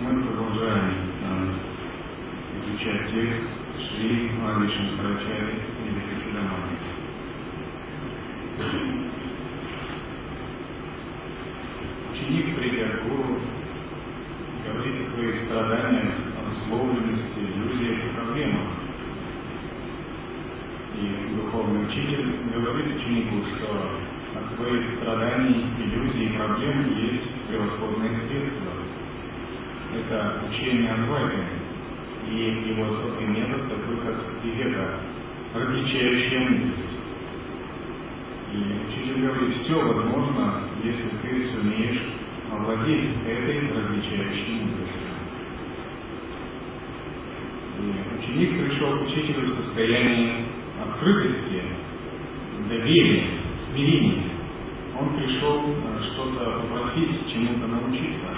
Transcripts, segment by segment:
Мы продолжаем изучать текст Шри Ади Шанкарачарьи Великой Чудамани. Ученик, придя к гуру, говорит о своих страданиях, обусловленности, иллюзиях и проблемах. И духовный учитель говорит ученику, что от твоих страданий, иллюзий и проблем есть превосходное средство. Это учение Адвайты, и его особый метод такой, как вивека, различающая мудрость. И учитель говорит, все возможно, если ты сумеешь овладеть этой различающей мудростью. И ученик пришел к учителю в состоянии открытости, доверия, смирения. Он пришел что-то попросить, чему-то научиться.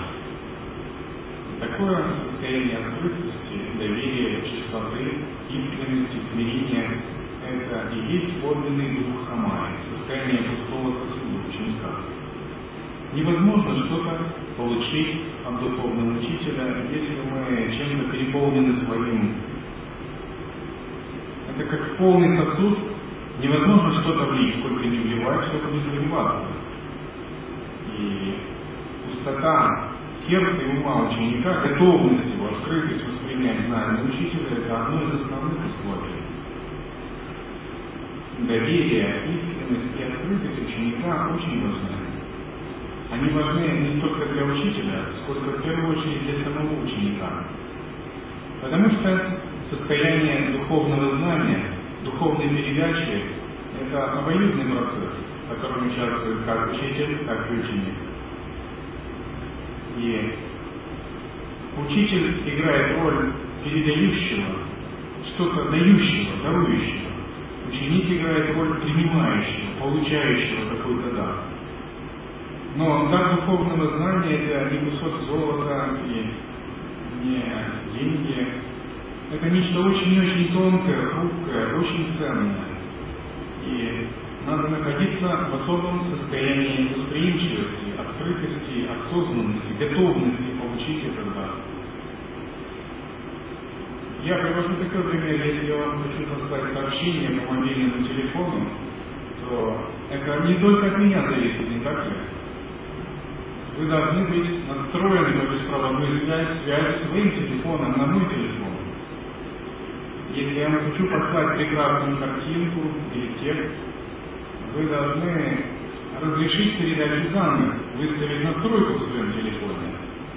Такое состояние открытости, доверия, чистоты, искренности, смирения – это и есть подлинный дух самаи, состояние пустого сосуда ученика. Невозможно что-то получить от духовного учителя, если мы чем-то переполнены своим. Это как полный сосуд, невозможно что-то влить, сколько не вливать, сколько не заливаться. И пустота сердца и ума ученика, готовность его, открытость воспринять знания учителя – это одно из основных условий. Доверие, искренность и открытость ученика очень важны. Они важны не столько для учителя, сколько в первую очередь для самого ученика. Потому что состояние духовного знания, духовной передачи – это обоюдный процесс, в котором участвует как учитель, так и ученик. И учитель играет роль передающего, что-то дающего, дарующего. Ученик играет роль принимающего, получающего какой-то дар. Но дар духовного знания – это не кусок золота и не деньги. Это нечто очень-очень тонкое, хрупкое, очень ценное. И надо находиться в особом состоянии восприимчивости, открытости, осознанности, готовности получить этот дар. Я привожу такой пример, если я вам хочу послать сообщение по мобильному телефону, то это не только от меня зависит, не так ли? Вы должны быть настроены на беспроводную связь своим телефоном на мой телефон. Если я вам хочу послать прекрасную картинку или текст, вы должны разрешить передачу данных, выставить настройку в своем телефоне.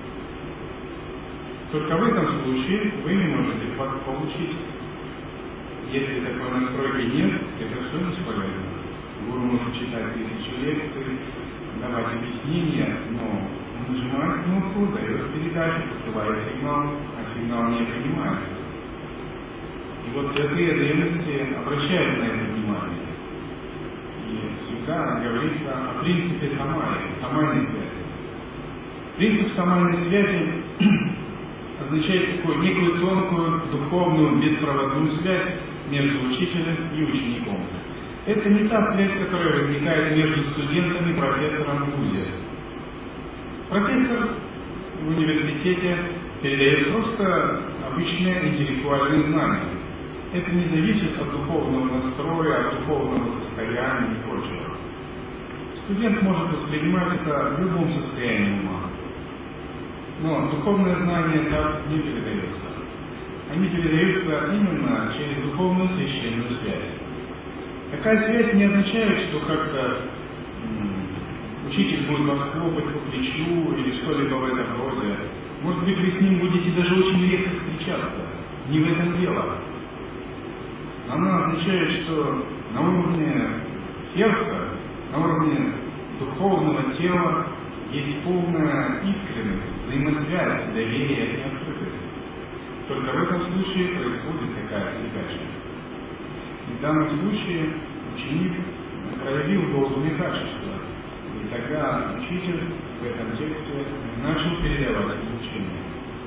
Только в этом случае вы не можете получить. Если такой настройки нет, это все бесполезно. Гуру может читать 1000 лекций, давать объяснения, но он нажимает кнопку, дает передачу, посылает сигнал, а сигнал не принимается. И вот святые древности обращают на это внимание. И всегда говорится о принципе самайной связи. Принцип самайной связи означает такую некую тонкую, духовную, беспроводную связь между учителем и учеником. Это не та связь, которая возникает между студентом и профессором в вузе. Профессор в университете передает просто обычные интеллектуальные знания. Это не зависит от духовного настроя, от духовного состояния и прочего. Студент может воспринимать это в любом состоянии ума. Но духовное знание так не передается. Они передаются именно через духовную священную связь. Такая связь не означает, что как-то учитель будет вас хлопать по плечу или что-либо в этом роде. Может быть, вы с ним будете даже очень редко встречаться. Не в этом дело. Она означает, что на уровне сердца, на уровне духовного тела есть полная искренность, взаимосвязь, доверие и открытость. Только в этом случае происходит такая передача. И в данном случае ученик проявил должные качества. И тогда учитель в этом тексте начал передавать изучение.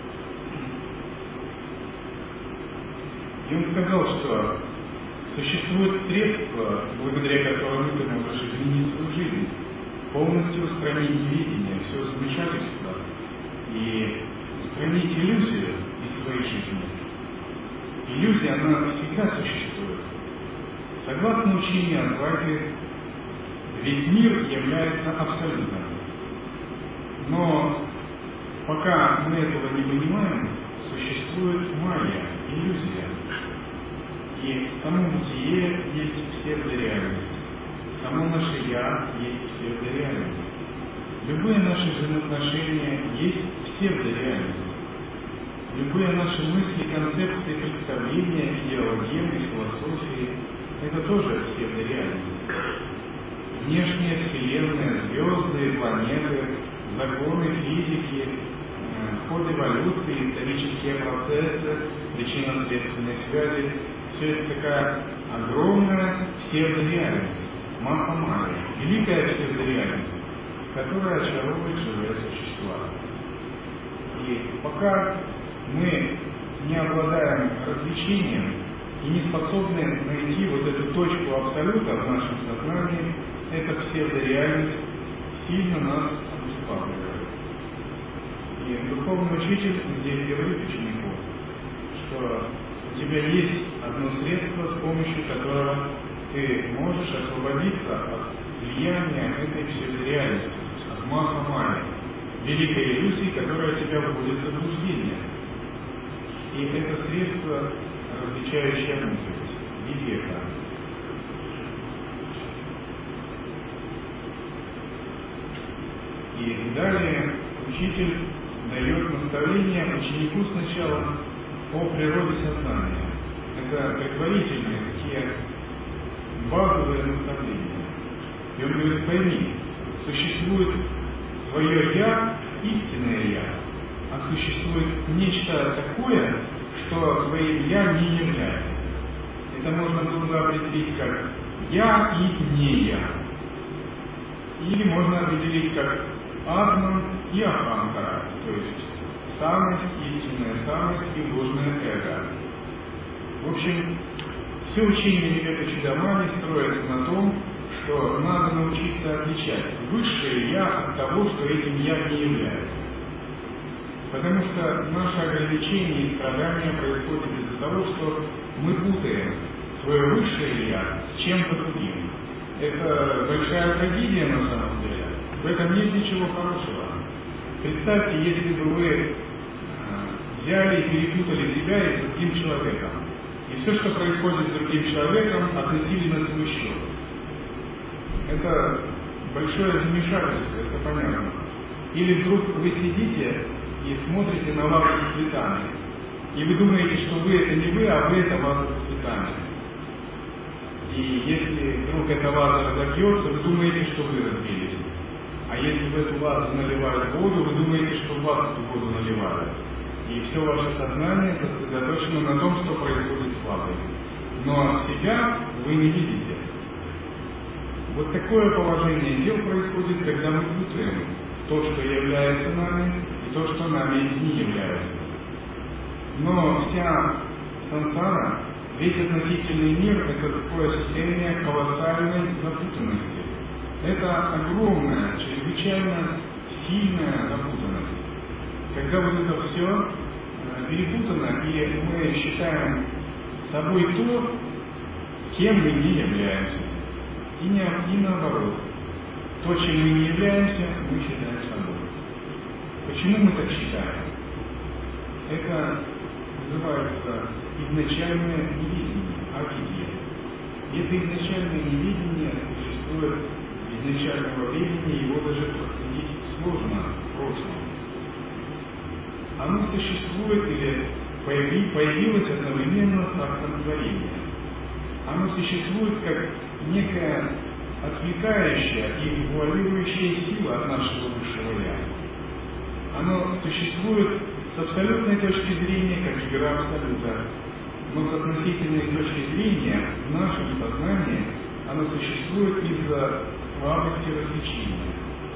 И он сказал, что существует средство, благодаря которому ты можешь изменить свою жизнь, полностью устранить неведение, все замешательство и устранить она всегда существует. Согласно учению Адвайты, весь мир является абсолютным. Но пока мы этого не понимаем, существует майя, иллюзия. И само бытие есть псевдореальность. Само наше «я» есть псевдореальность. Любые наши взаимоотношения есть псевдореальность. Любые наши мысли, концепции, представления, идеологии, философии – это тоже псевдореальность. Внешняя Вселенная, звезды, планеты, законы физики, ход эволюции, исторические процессы, причинно-следственные связи – все это такая огромная псевдореальность, маха-майя, великая псевдореальность, которая очаровывает живые существа. И пока мы не обладаем развлечением и не способны найти вот эту точку абсолюта в нашем сознании, эта псевдореальность сильно нас обуславливает. И духовный учитель здесь говорит ученику, что у тебя есть одно средство, с помощью которого ты можешь освободиться от влияния этой псевдореальности, от маха-майя, великой иллюзии, которая тебя вводит в заблуждение. И это средство, различающее мудрость, вивека. И далее учитель дает наставление ученику сначала о природе сознания. Это предварительные такие базовые наставления. И он говорит: пойми, существует твое «я», истинное «я», а существует нечто такое, что твоим «я» не является. Это можно было определить как «я» и «не я». Или можно определить как «атман» и «аханкара», то есть самость, истинная самость и ложное эго. В общем, все учение Вивека Чудамани строится на том, что надо научиться отличать высшее «я» от того, что этим «я» не является. Потому что наше ограничение и страдание происходит из-за того, что мы путаем свое высшее «я» с чем-то другим. Это большая трагедия на самом деле. В этом нет ничего хорошего. Представьте, если бы вы взяли и перепутали себя и другим человеком. И все, что происходит с другим человеком, относили на свой счет. Это большое замешательство, это понятно. Или вдруг вы сидите и смотрите на вазу с цветами, и вы думаете, что вы это не вы, а вы это ваза с цветами. И если вдруг эта ваза разобьется, вы думаете, что вы разбились. А если в эту вазу наливают воду, вы думаете, что в вас эту воду наливают. И все ваше сознание сосредоточено на том, что происходит с вазой. Но себя вы не видите. Вот такое положение дел происходит, когда мы путаем то, что является нами, и то, что нами не является. Но вся сансара, весь относительный мир – это такое состояние колоссальной запутанности. Это огромная, чрезвычайно сильная запутанность. Когда вот это все перепутано, и мы считаем собой то, кем мы не являемся. И наоборот. То, чем мы не являемся, мы считаем собой. Почему мы так считаем? Это называется изначальное невидение, авидия. И это изначальное невидение существует изначального времени, его даже проследить сложно в прошлом. Оно существует или появилось одновременно с актом творения. Оно существует как некая отвлекающая и вуалирующая сила от нашего высшего «я». Оно существует с абсолютной точки зрения, как игра абсолюта, но с относительной точки зрения в нашем сознании оно существует из-за слабости развлечения.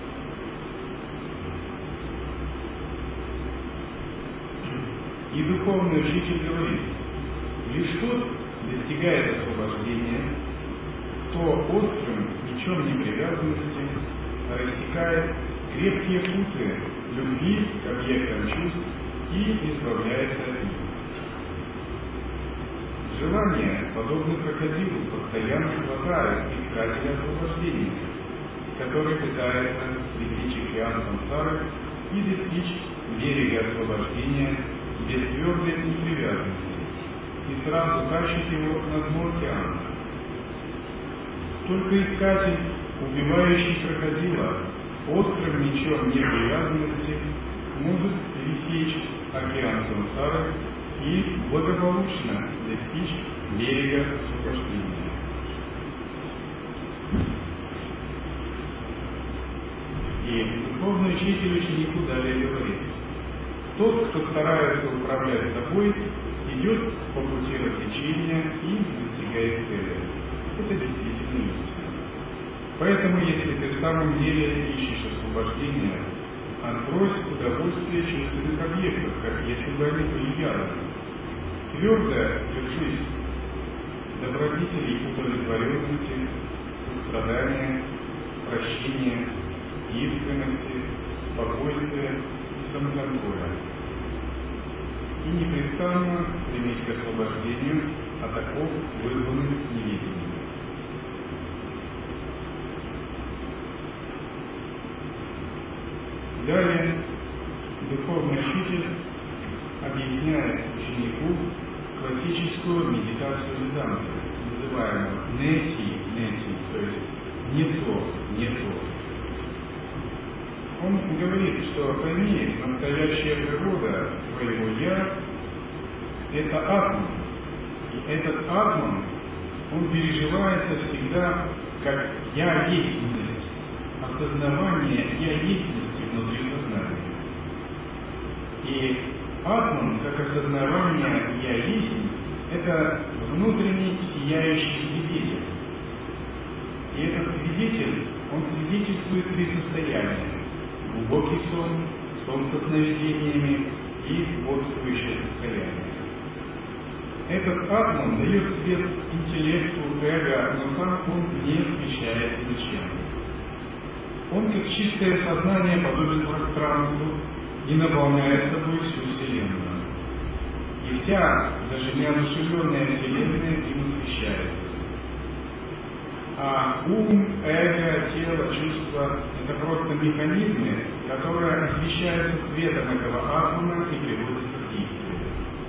И духовный учитель говорит: лишь тот достигает освобождения, кто острым мечом непривязанности рассекает крепкие путы любви к объектам чувств и избавляется от них. желание, подобно крокодилу, постоянно хватает искателя освобождения, который пытается пресечь океан сансары и достичь берега освобождения без твердой непривязанности и сразу тащит его на дно океана. Только искатель, убивающий крокодила острым мечом непривязанности, может пересечь океан сансары и благополучно достичь берега освобождения. И духовный учитель ученику далее говорит: тот, кто старается управлять собой, идет по пути развлечения и достигает цели. Это действительно истина. Поэтому, если ты в самом деле ищешь освобождения, отбрось удовольствие чувственных объектов, как если бы они были ярами. Твердо держись добродетелей удовлетворенности, сострадания, прощения, искренности, спокойствия и самоконтроля. И непрестанно стремись к освобождению от оков, вызванных неведением. Далее духовный учитель объясняет ученику классическую медитацию веданты, называемую нети, то есть не то. Он говорит, что пойми, настоящая природа твоего «я» — это атман. И этот атман, он переживается всегда как «я-есть», осознавание «я-есть» внутри сознания. И атман, как осознавание «я-есть», это внутренний сияющий свидетель. И этот свидетель, он свидетельствует три состояния: глубокий сон, сон со сновидениями и бодрствующее состояние. Этот атман дает свет интеллекту, эго, но сам он не освещает ничем. Он, как чистое сознание, подобен пространству и наполняет собой всю Вселенную. И вся, даже неодушевленная Вселенная им освещается. А ум, эго, тело, чувства — это просто механизмы, которые освещаются светом этого атома и приводятся в действие.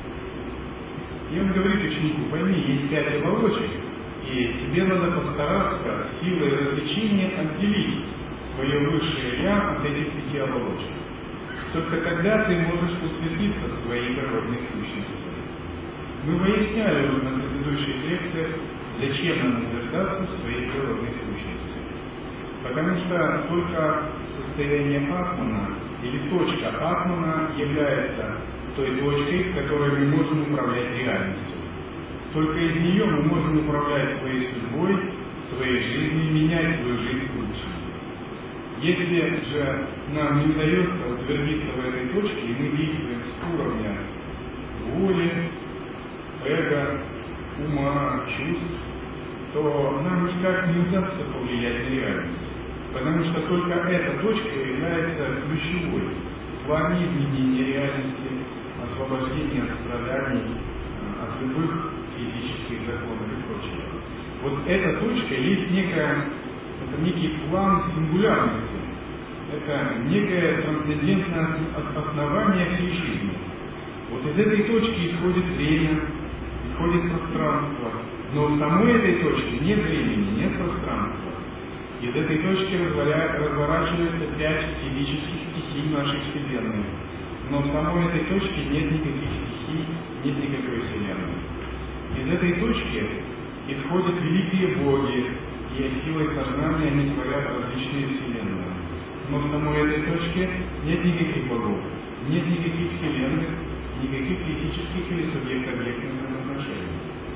И он говорит ученику: пойми, есть 5 оболочек, и тебе надо постараться силой развлечения отделить свое высшее «я» от этих 5 оболочек. Только тогда ты можешь посвятиться своей природной сущности. Мы выясняли уже на предыдущих лекциях, зачем нам утверждаться в своей природной сущности. Потому что только состояние атмана или точка атмана является той точкой, в которой мы можем управлять реальностью. Только из нее мы можем управлять своей судьбой, своей жизнью, менять свою жизнь к лучшему. Если же нам не удается утвердиться в этой точке, и мы действуем с уровня воли, эго, ума, чувств, то нам никак не удастся повлиять на реальность. Потому что только эта точка является ключевой в плане изменения реальности, освобождения от страданий, от любых физических законов и прочего. Вот эта точка есть некий план сингулярности. Это некое трансцендентное основание всей жизни. Вот из этой точки исходит время, исходит пространство. Но в самой этой точке нет времени, нет пространства. Из этой точки разворачивается 5 физических стихий нашей Вселенной. Но в самой этой точке нет никаких стихий, нет никакой Вселенной. Из этой точки исходят великие боги, и силой сознания они творят различные Вселенные. Но в самой этой точке нет никаких богов, нет никаких Вселенных, никаких физических или субъект-объектных назначений.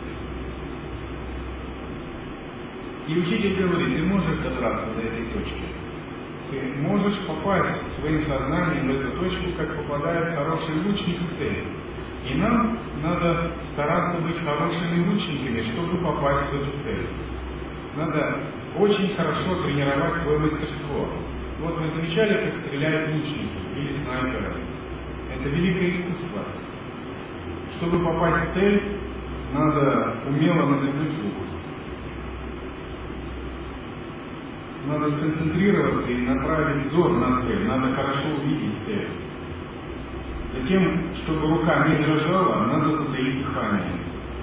И учитель говорит: ты можешь добраться до этой точки. Ты можешь попасть своим сознанием в эту точку, как попадает хороший лучник в цель. И нам надо стараться быть хорошими лучниками, чтобы попасть в эту цель. Надо очень хорошо тренировать свое мастерство. Вот вы замечали, как стреляют лучники или снайперы? Это великое искусство. Чтобы попасть в цель, надо умело натянуть лук. Надо сконцентрироваться и направить взор на цель, надо хорошо увидеть цель. Затем, чтобы рука не дрожала, надо затаить дыхание.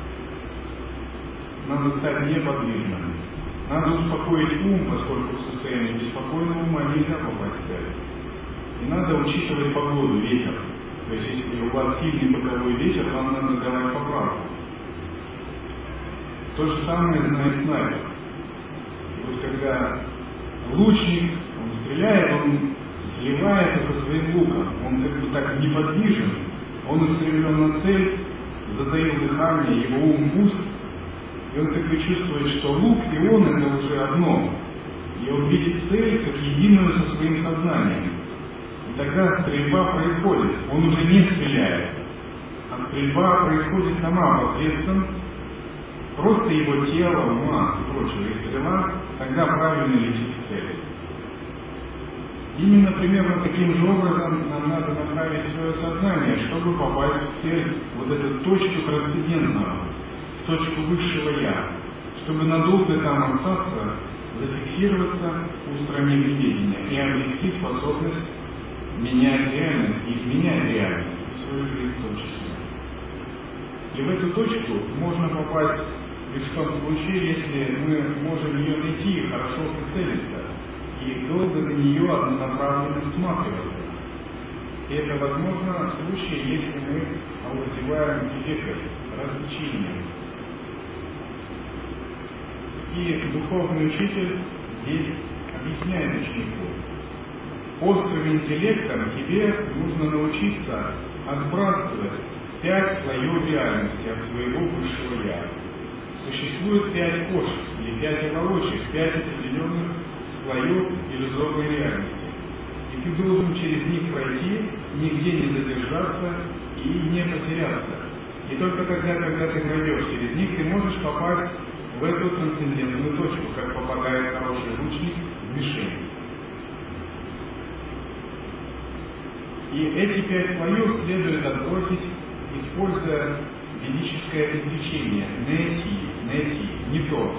Надо стать неподвижным. Надо успокоить ум, поскольку в состоянии беспокойного ума нельзя попасть в цель. И надо учитывать погоду, ветер. То есть, если у вас сильный боковой ветер, вам надо давать поправку. То же самое знает снайпер. Вот когда лучник, он стреляет, он сливается со своим луком. Он как бы так неподвижен, он устремлен на цель, затаил дыхание, его ум пуст, и он как бы чувствует, что лук и он это уже одно. И он видит цель как единую со своим сознанием. И тогда стрельба происходит. Он уже не стреляет, а стрельба происходит сама посредством просто его тела, ума и прочего. И стрела тогда правильно летит в цель. Именно примерно таким же образом нам надо направить свое сознание, чтобы попасть в цель, вот эту точку трансцендентного, в точку высшего Я, чтобы надолго там остаться, зафиксироваться у страны видения и обрести способность менять реальность и изменять реальность, и свою жизнь в том числе. И в эту точку можно попасть лишь в том случае, если мы можем ее найти, хорошо прицелиться и долго на нее однонаправленно всматриваться. И это возможно в случае, если мы овладеваем эффектом развлечения. И духовный учитель здесь объясняет ученику: острым интеллектом тебе нужно научиться отбрасывать 5 слоев реальности от своего высшего Я. Существует 5 кош или 5 оболочек, 5 определенных слоев иллюзорной реальности. И ты должен через них пройти, нигде не задержаться и не потеряться. И только тогда, когда ты пройдешь через них, ты можешь попасть в эту трансцендентную точку, как попадает хороший лучник в мишень. И эти 5 слоев следует отбросить, используя ведическое изречение «нети», не то.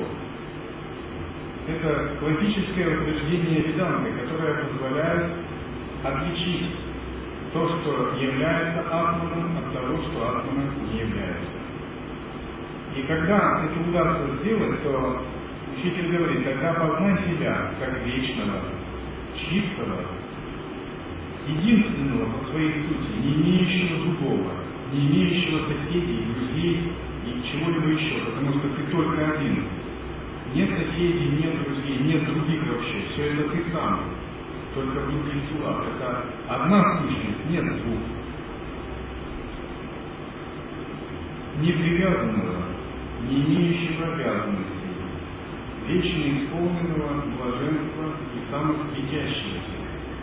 Это классическое утверждение Веданты, которое позволяет отличить то, что является атманом, от того, что атманом не является. И когда это удастся сделать, то учитель говорит: тогда познай себя как вечного, чистого, единственного по своей сути, не имеющего другого, не имеющего соседей, друзей и чего-либо еще, потому что ты только один. Нет соседей, нет друзей, нет других вообще. Все это ты сам, только в других телах. Это одна сущность, нет двух. Не привязанного, не имеющего обязанностей, вечно исполненного блаженства и самосветящегося.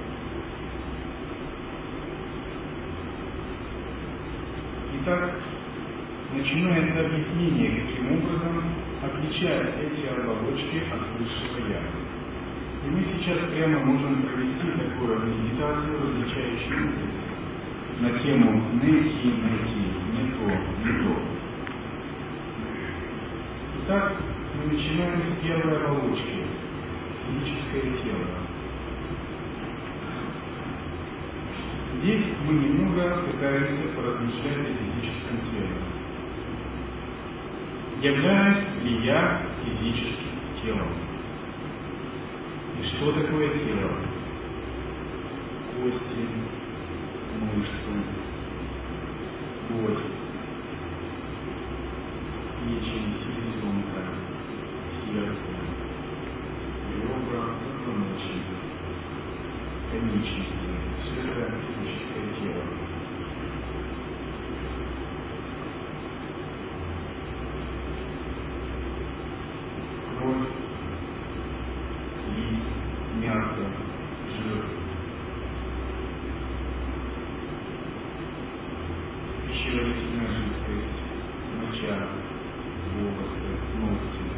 Итак, начинается объяснение, каким образом отличать эти оболочки от высшего Я. И мы сейчас прямо можем провести такую медитацию, различающую на тему «найти, не то». Итак, мы начинаем с первой оболочки – физическое тело. Здесь мы немного пытаемся поразмышлять о физическом теле. Являюсь ли я физическим телом? И что такое тело? Кости, мышцы, плоть, печень, селезенка, сердце, ребра, позвоночник, конечности. Все это физическое тело. Кровь, слизь, мясо, жир. Пищеварительная жидкость, моча, волосы, ногти.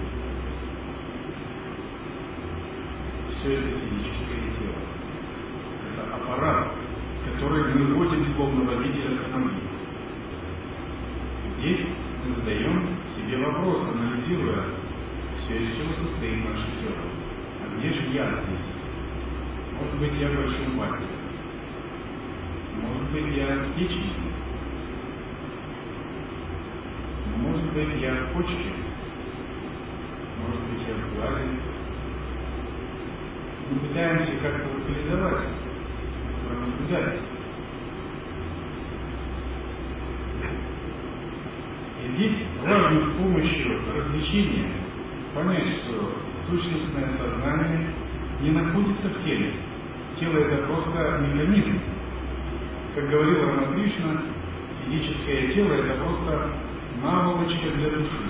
Все это физическое тело. Это аппарат, который мы водим словно водитель автомобиля. Здесь мы задаем себе вопрос, анализируя все, из чего состоит наше тело. А где же я здесь? Может быть, я большой пальцем. Может быть, я в печени. Может быть, я в почке. Может быть, я в глазе. Мы пытаемся как-то локализовать, пронаблюдать. И здесь важно с помощью развлечения понять, что сущностное сознание не находится в теле. Тело — это просто механизм. Как говорил Рамана Кришна, физическое тело — это просто наволочка для души.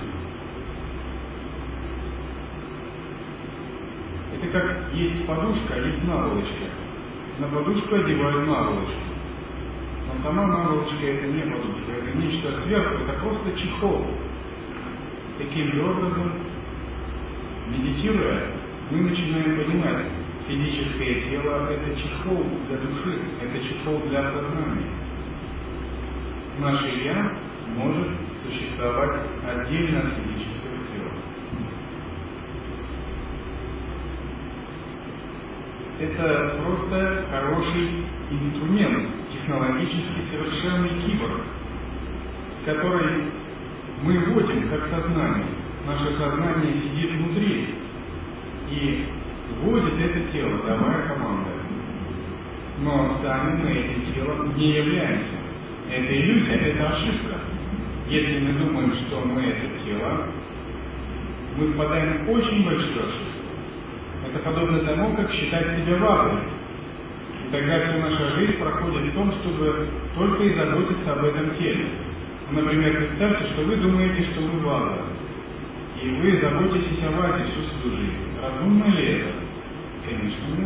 Это как есть подушка, а есть наволочка. На подушку одевают наволочку. Но сама наволочка — это не подушка, это нечто сверху, это просто чехол. Таким же образом, медитируя, мы начинаем понимать, физическое тело — это чехол для души, это чехол для сознания. Наше «я» может существовать отдельно от физического тела. Это просто хороший инструмент, технологически совершенный киборг, который мы вводим как сознание. Наше сознание сидит внутри и вводит это тело, давая команды. Но сами мы этим телом не являемся. Это иллюзия, это ошибка. Если мы думаем, что мы это тело, мы впадаем в очень большую ошибку. Это подобно тому, как считать себя вазой. И тогда вся наша жизнь проходит в том, чтобы только и заботиться об этом теле. Например, представьте, что вы думаете, что вы ваза. И вы заботитесь о вазе всю свою жизнь. Разумно ли это? Конечно, нет.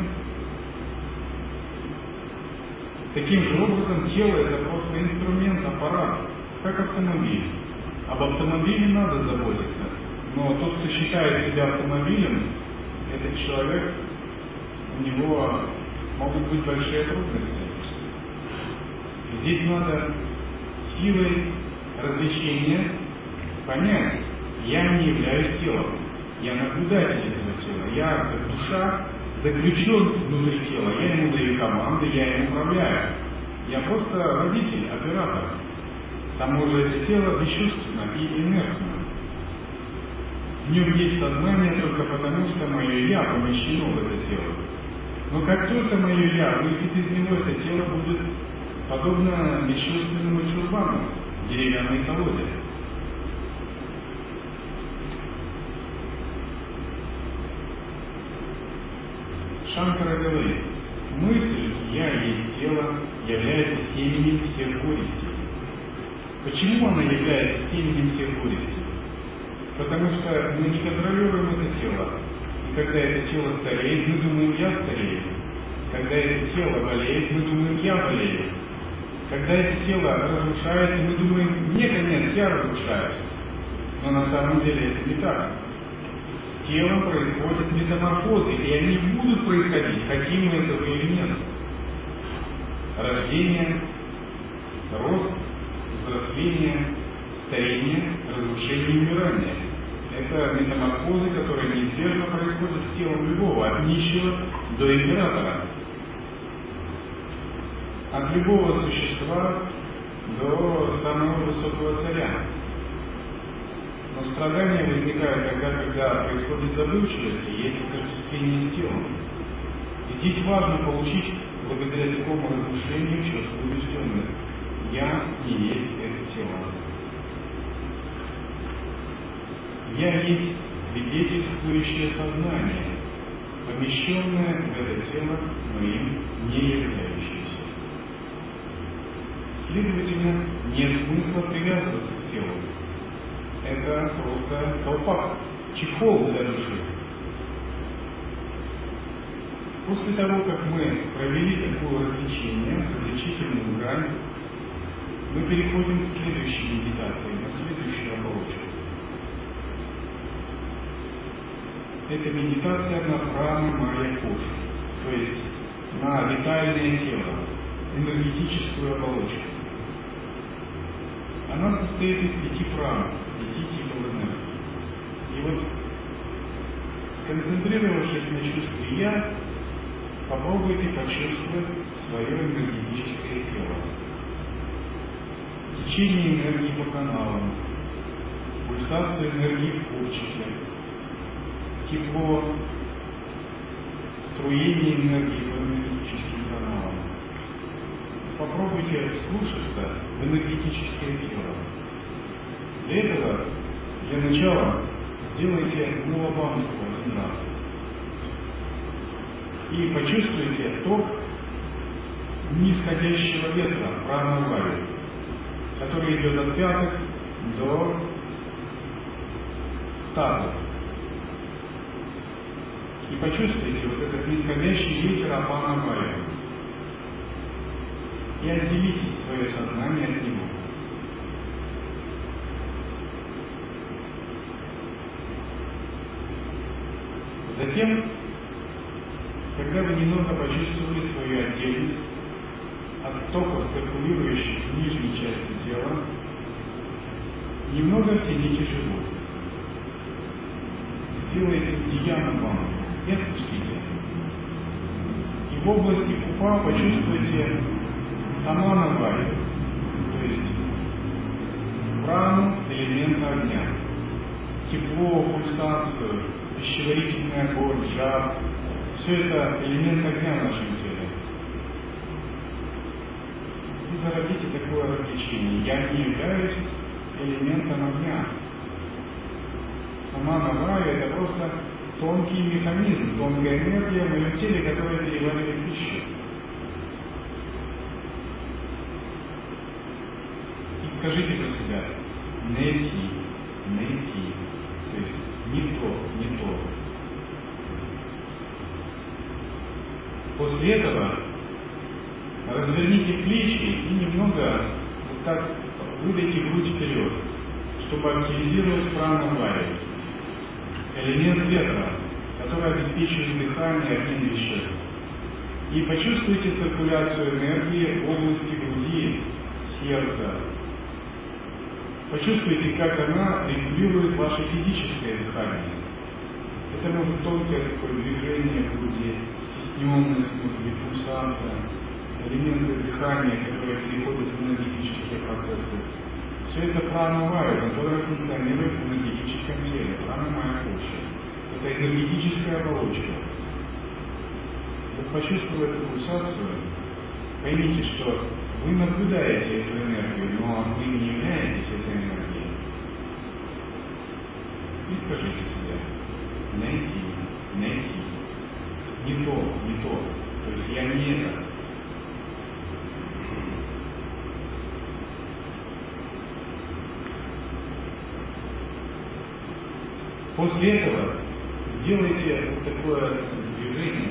Таким же образом, тело — это просто инструмент, аппарат, как автомобиль. Об автомобиле надо заботиться, но тот, кто считает себя автомобилем, этот человек, у него могут быть большие трудности. И здесь надо силой развлечения понять, я не являюсь телом, я наблюдатель этого тела, я как душа заключен внутри тела, я ему даю команды, я им управляю. Я просто водитель, оператор. Само же это тело бесчувственно и инертно. В нем есть сознание только потому, что мое «я» помещено в это тело. Но как только мое «я» выйдет из него, это тело будет подобно бесчувственному чурбану в деревянной колоде. Шанкара говорит, мысль «я есть тело» является семенем всех горестей. Почему она является семенем всех горестей? Потому что мы не контролируем это тело. И когда это тело стареет, мы думаем «я старею». Когда это тело болеет, мы думаем «я болею». Когда это тело разрушается, мы думаем «мне конец, я разрушаюсь». Но на самом деле это не так. С телом происходят метаморфозы, и они будут происходить, хотим мы этого или нет. Рождение, рост, взросление, старение, разрушение и умирание. Это метаморфозы, которые неизбежно происходят с телом любого, от нищего до императора. От любого существа до самого высокого царя. Но страдания возникают тогда, когда происходит забывчивость и есть отождествление с телом. И здесь важно получить, благодаря такому размышлению, четкую убежденность. Я не есть это тело. Я есть свидетельствующее сознание, помещенное в это тело, но им не являющееся. Следовательно, нет смысла привязываться к телу. Это просто колпак, чехол для души. После того, как мы провели такое различительную грань, мы переходим к следующей медитации, на следующую оболочку. Это медитация на прана майя коша, то есть на витальное тело, энергетическую оболочку. Она состоит из 5 пран, 5 типов энергии. И вот, сконцентрировавшись на чувстве «я», попробуйте почувствовать свое энергетическое тело. Течение энергии по каналам, пульсацию энергии в копчике, тепло, струение энергии по энергетическим каналам. Попробуйте вслушаться в энергетическое тело. Для этого, для начала, сделайте мулабандху 1 раз. И почувствуйте ток нисходящего ветра прана-вари, который идет от пяток до таза. И почувствуйте вот этот нисходящий ветер апана-вари. И отделите свое сознание от него. Затем, когда вы немного почувствовали свою отдельность от токов, циркулирующих в нижней части тела, немного оттяните живот. Сделайте дьяна-банду и отпустите. И в области пупа почувствуйте самана-вари, то есть прану элемента огня, тепло, пульсацию, пищеварительный огонь, жар. Все это элемент огня в нашем теле. И зародите такое развлечение. Я не являюсь элементом огня. Самана-вари — это просто тонкий механизм, тонкая энергия в моем теле, которая переваривает пищу. Скажите про себя: найти, то есть не то. После этого разверните плечи и немного вот так выдайте грудь вперед, чтобы активизировать прану-вари, элемент ветра, который обеспечивает дыхание одним веществ. И почувствуйте циркуляцию энергии в области груди, сердца. Почувствуйте, как она регулирует ваше физическое дыхание. Это может тонкое такое движение груди, стесненность внутри, пульсация, элементы дыхания, которые переходят в энергетические процессы. Все это прана-вари, которая функционирует в энергетическом теле, прана-майя коши. Это энергетическая оболочка. Вот почувствуя эту пульсацию, поймите, что вы наблюдаете эту энергию, но вы не являетесь этой энергией. И скажите себе: найти. Не то. То есть я не это. После этого сделайте вот такое движение,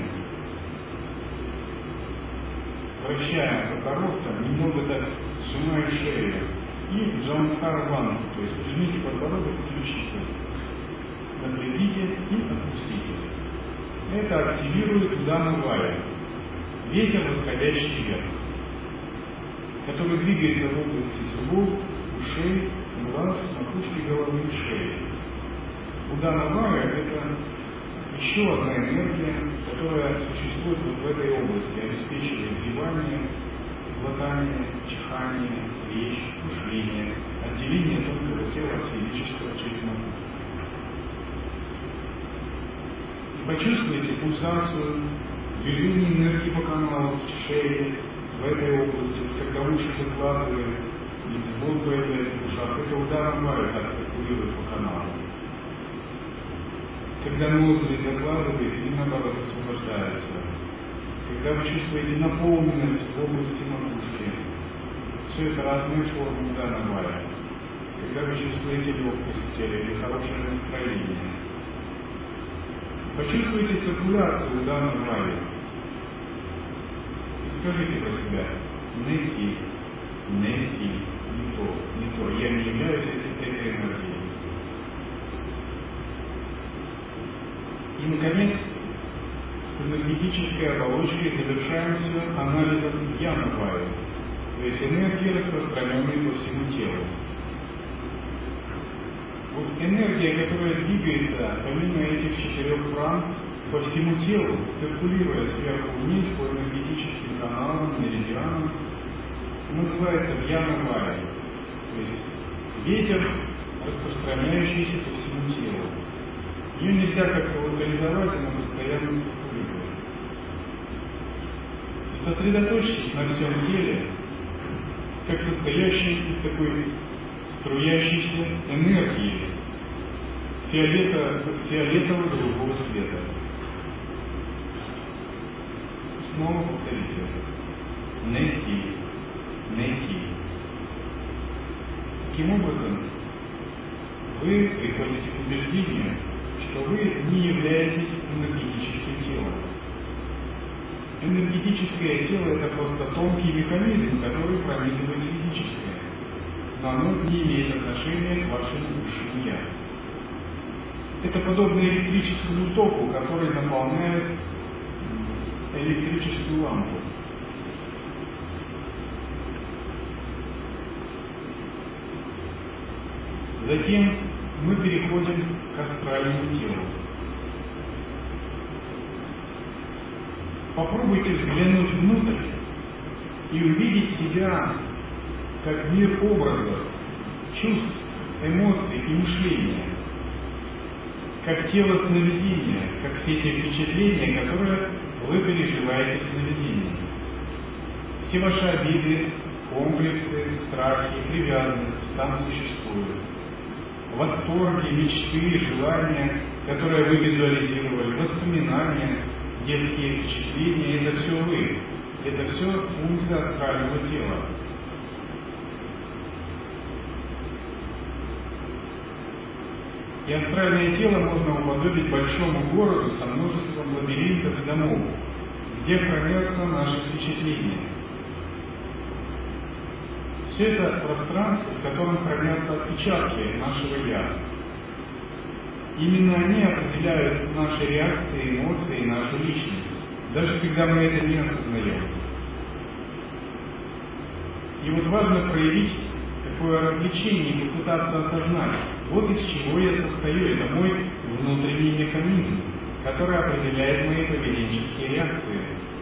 вращая подбородком, немного так сжимая шею, и джамхар-ванду, то есть прижмите подбородок к ключице, напрягите и отпустите. Это активирует удану-вари, ветер, восходящий вверх, который двигается в области зубов, ушей, глаз, макушки головы и шеи. Удана-вари — это еще одна энергия, которая существует вот в этой области, обеспечивает зевание, глотание, чихание, речь, мышление, отделение тонкого тела от физического через макушку. Почувствуйте пульсацию, движение энергии по каналу в шее, в этой области, когда уши закладывают, и звук появляется в ушах. Это удана-вари так циркулирует по каналу. Когда ноздри закладывает и наоборот освобождается. Когда вы чувствуете наполненность в области макушки, все это разные формы удана-вари. Когда вы чувствуете легкость в теле или хорошее настроение. Почувствуйте циркуляцию удана-вари. И скажите про себя: найти, не то. Я не являюсь этой энергией. И, наконец, с энергетической оболочкой завершаем все анализом дьяна-вари, то есть энергии, распространенной по всему телу. Вот энергия, которая двигается помимо этих 4 пран по всему телу, циркулируя сверху вниз по энергетическим каналам, меридианам, называется вьяна-вая. То есть ветер, распространяющийся по всему телу. Ее нельзя как-то локализовать, она постоянно циркулирует. И сосредоточьтесь на всем теле, как состоящей из такой струящейся энергии фиолетово-голубого цвета. Снова повторите это. Найти. Таким образом, вы приходите к убеждению, что вы не являетесь энергетическим телом. Энергетическое тело – это просто тонкий механизм, который пронизывает физическое, но оно не имеет отношения к вашему высшему «я». Это подобно электрическому току, который наполняет электрическую лампу. Затем мы переходим к астральному телу. Попробуйте взглянуть внутрь и увидеть себя как мир образов, чувств, эмоций и мышления, как тело сновидения, как все те впечатления, которые вы переживаете в сновидении. Все ваши обиды, комплексы, страхи, привязанность там существуют. Восторги, мечты, желания, которые вы визуализировали, воспоминания, детские впечатления, это все вы. Это все функция астрального тела. И астральное тело можно уподобить большому городу со множеством лабиринтов и домов, где хранятся наши впечатления. Все это пространство, в котором хранятся отпечатки нашего «я». Именно они определяют наши реакции, эмоции и нашу личность, даже когда мы это не осознаем. И вот важно проявить такое развлечение и попытаться осознать, вот из чего я состою, это мой внутренний механизм, который определяет мои поведенческие реакции.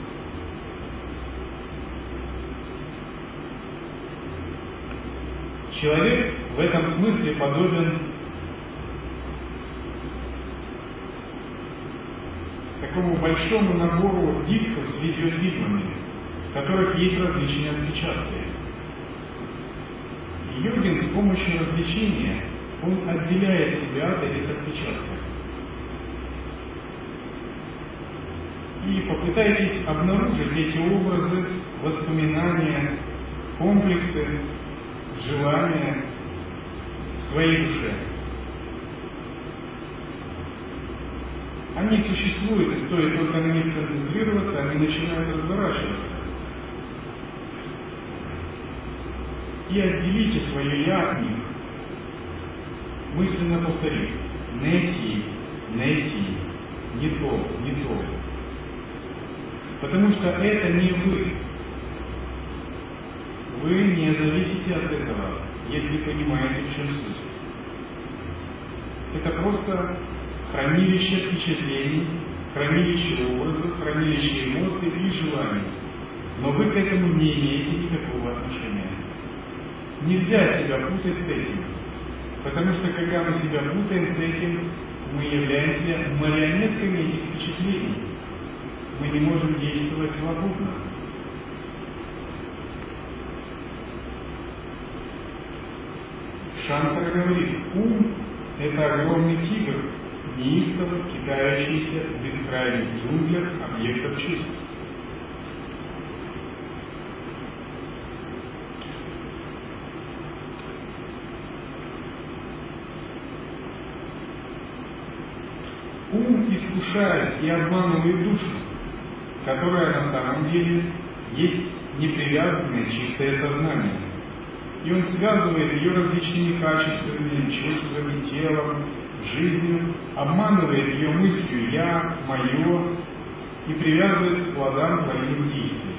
Человек в этом смысле подобен такому большому набору дисков с видеофильмами, в которых есть различные отпечатки. Йогин с помощью развлечения, он отделяет себя от этих отпечатков. И попытайтесь обнаружить эти образы, воспоминания, комплексы, желания в своей душе. Они существуют, и стоит только на них концентрироваться, они начинают разворачиваться. И отделите свое «я» от них, мысленно повторив: найти, не то. Потому что это не вы. Вы не зависите от этого, если понимаете, в чем суть. Это просто хранилище впечатлений, хранилище образов, хранилище эмоций и желаний. Но вы к этому не имеете никакого отношения. Нельзя себя путать с этим, потому что когда мы себя путаем с этим, мы являемся марионетками этих впечатлений. Мы не можем действовать свободно. Шанкара говорит, ум – это огромный тигр, неистово кидающийся в бескрайних джунглях объектов чувств. Ум искушает и обманывает душу, которая на самом деле есть непривязанное чистое сознание. И он связывает ее различными качествами, чувствами, телом, жизнью, обманывает ее мыслью «я», «моё» и привязывает к плодам твоих действий.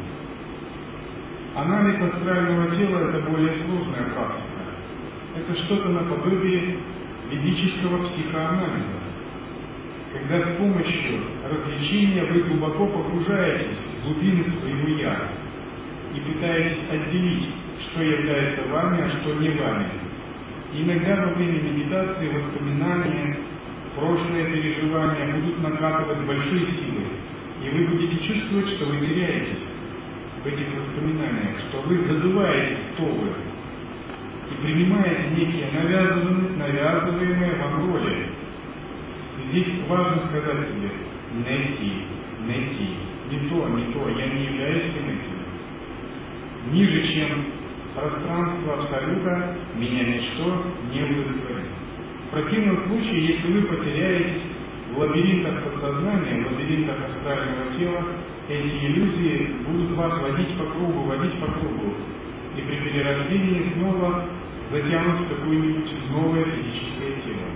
Анализ астрального тела – это более сложная практика. Это что-то наподобие ведического психоанализа, когда с помощью развлечения вы глубоко погружаетесь в глубины своего «я» и пытаетесь отделить, что является вами, а что не вами. И иногда во время медитации воспоминания, прошлые переживания будут накатывать большой силой, и вы будете чувствовать, что вы теряетесь в этих воспоминаниях, что вы забываете, кто вы, и принимаете некие навязываемые вам роли. Здесь важно сказать себе: найти, не то, я не являюсь всем этим. Ниже, чем пространство Абсолюта, меня ничто не удовлетворит. В противном случае, если вы потеряетесь в лабиринтах подсознания, в лабиринтах астрального тела, эти иллюзии будут вас водить по кругу, и при перерождении снова затянут в какое-нибудь новое физическое тело.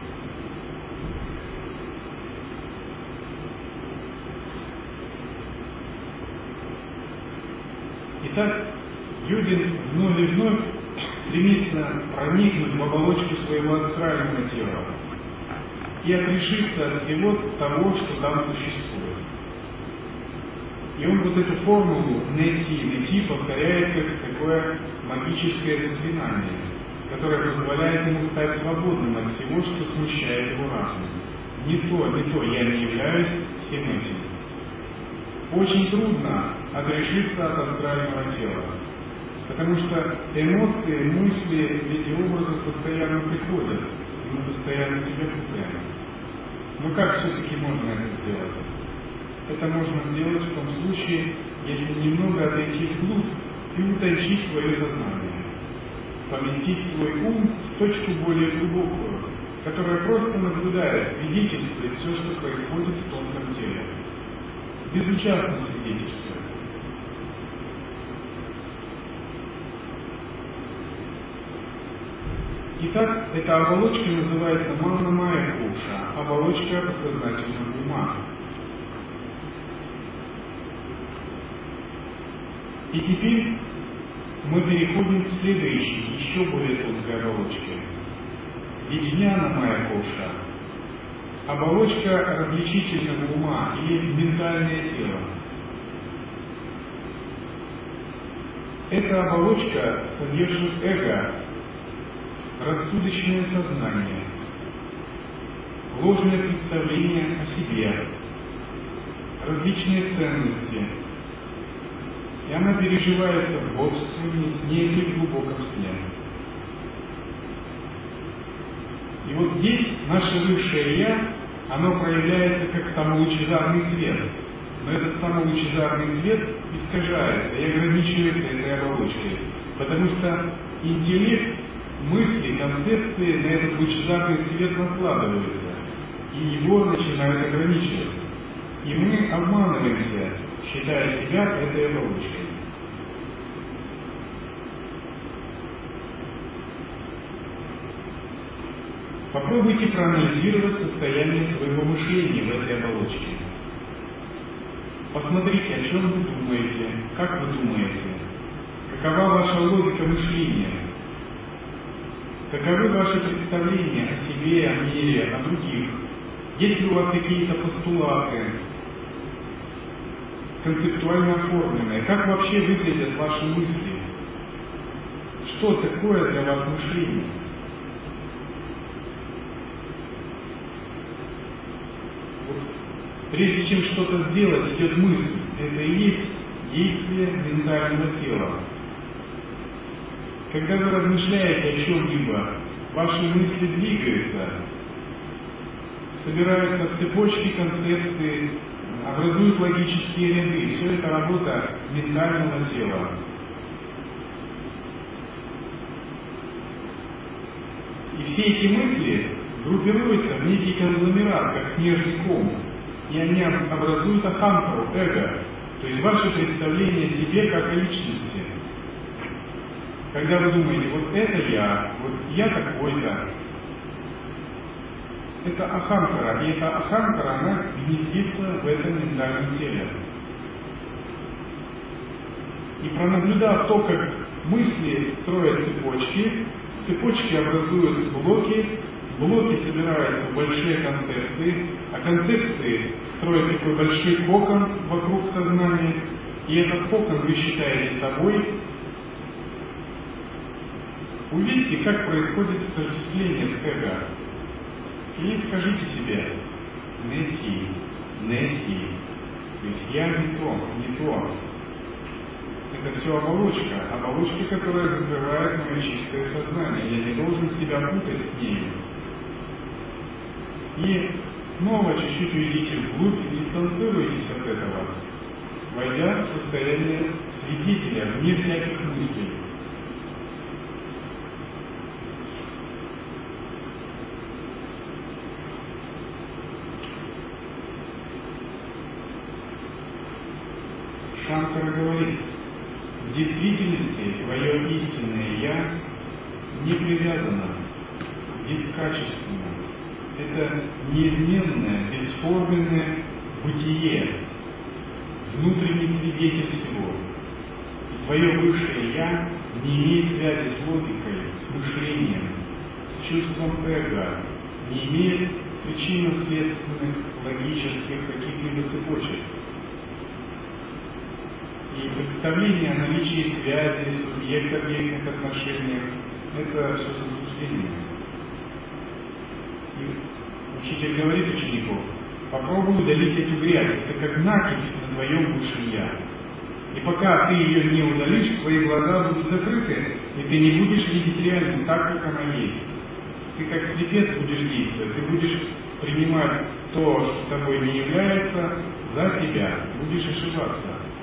Итак, Юдин вновь и вновь стремится проникнуть в оболочку своего астрального тела и отрешиться от всего того, что там существует. И он вот эту формулу найти повторяет как такое магическое заклинание, которое позволяет ему стать свободным от всего, что смущает его разум. Не то, я не являюсь всем этим. Очень трудно отрешиться от астрального тела, потому что эмоции, мысли, эти образы постоянно приходят, и мы постоянно себя путаем. Но как все-таки можно это сделать? Это можно сделать в том случае, если немного отойти вглубь и утончить свое сознание, поместить свой ум в точку более глубокую, которая просто наблюдает, свидетельствует все, что происходит в тонком теле. Безучастно свидетельствует. Итак, эта оболочка называется Мана-майя Коша, оболочка подсознательного ума. И теперь мы переходим к следующей, еще более тонкой оболочке. Виджняна-майя Коша, оболочка различительного ума или ментальное тело. Эта оболочка содержит эго, рассудочное сознание, ложное представление о себе, различные ценности, и она переживается в бодрствовании, сне или в глубоком сне. И вот здесь наше высшее «Я», оно проявляется как самолучезарный свет, но этот самолучезарный свет искажается и ограничивается этой оболочкой, потому что интеллект, мысли, концепции на этот лучезарный свет накладываются, и его начинают ограничивать. И мы обманываемся, считая себя этой оболочкой. Попробуйте проанализировать состояние своего мышления в этой оболочке. Посмотрите, о чем вы думаете, как вы думаете, какова ваша логика мышления, каковы ваши представления о себе, о мире, о других, есть ли у вас какие-то постулаты, концептуально оформленные, как вообще выглядят ваши мысли, что такое для вас мышление. Прежде чем что-то сделать, идет мысль. Это и есть действие ментального тела. Когда вы размышляете о чем-либо, ваши мысли двигаются, собираются в цепочки концепции, образуют логические ряды. Все это работа ментального тела. И все эти мысли группируются в некий конгломерат, как снежный ком. И они образуют ахамкару, эго, то есть ваше представление о себе как о личности. Когда вы думаете, вот это я такой-то, это ахамкара, и эта ахамкара, она гнездится в этом ментальном теле. И пронаблюдав то, как мысли строят цепочки образуют блоки, блоки собираются в большие концепции, а концепции строят такой большой кокон вокруг сознания, и этот кокон вы считаете собой. Увидите, как происходит отождествление с эго. И скажите себе: нети. То есть я не то. Это все оболочка, которая закрывает мое чистое сознание. Я не должен себя путать с ней. И снова чуть-чуть уйдите вглубь и дистанцируйтесь от этого, войдя в состояние свидетеля, вне всяких мыслей. Шанкара говорит: в действительности твое истинное «Я» не привязано, бескачественно. Это неизменное, бесформенное бытие, внутренний свидетель всего. И твое высшее «Я» не имеет связи с логикой, с мышлением, с чувством эго, не имеет причинно-следственных, логических каких-либо цепочек. И представление о наличии связи, субъект-объектных отношениях – это все заблуждение. И учитель говорит ученику: попробуй удалить эту грязь, это как накипь на твоем высшем «Я». И пока ты ее не удалишь, твои глаза будут закрыты, и ты не будешь видеть реальность так, как она есть. Ты как слепец будешь действовать, ты будешь принимать то, что тобой не является, за себя, будешь ошибаться.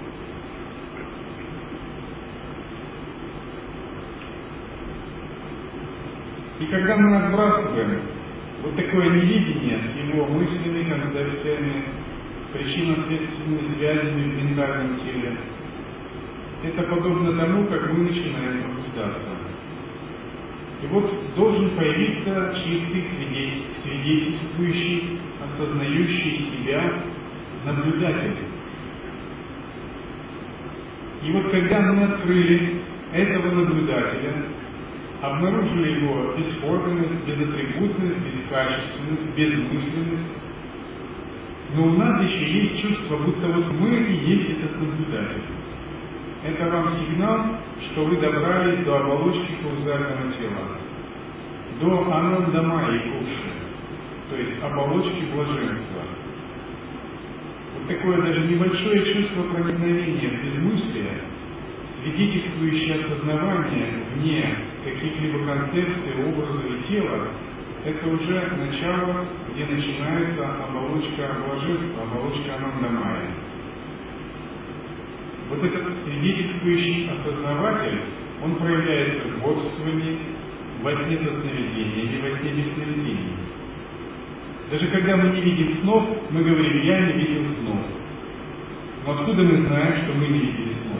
И когда мы отбрасываем вот такое невидение с его мыслями, концепциями, причинно-следственными связями в ментальном теле, это подобно тому, как мы начинаем пробуждаться. И вот должен появиться чистый свидетельствующий, осознающий себя наблюдатель. И вот когда мы открыли этого наблюдателя, обнаружили его бесформенность, безатрибутность, бескачественность, безмысленность, но у нас еще есть чувство, будто вот мы и есть этот наблюдатель. Это вам сигнал, что вы добрались до оболочки каузального тела, до анандамайи куши, то есть оболочки блаженства. Вот такое даже небольшое чувство проникновения в безмыслие, свидетельствующее осознавание вне каких-либо концепций, образов и тела, это уже начало, где начинается оболочка блаженства, оболочка анандамайи. Вот этот свидетельствующий осознаватель, он проявляется в бодрствовании, во сне со сновидениями, во сне без сновидений. Даже когда мы не видим снов, мы говорим: я не видел снов. Но откуда мы знаем, что мы не видели снов?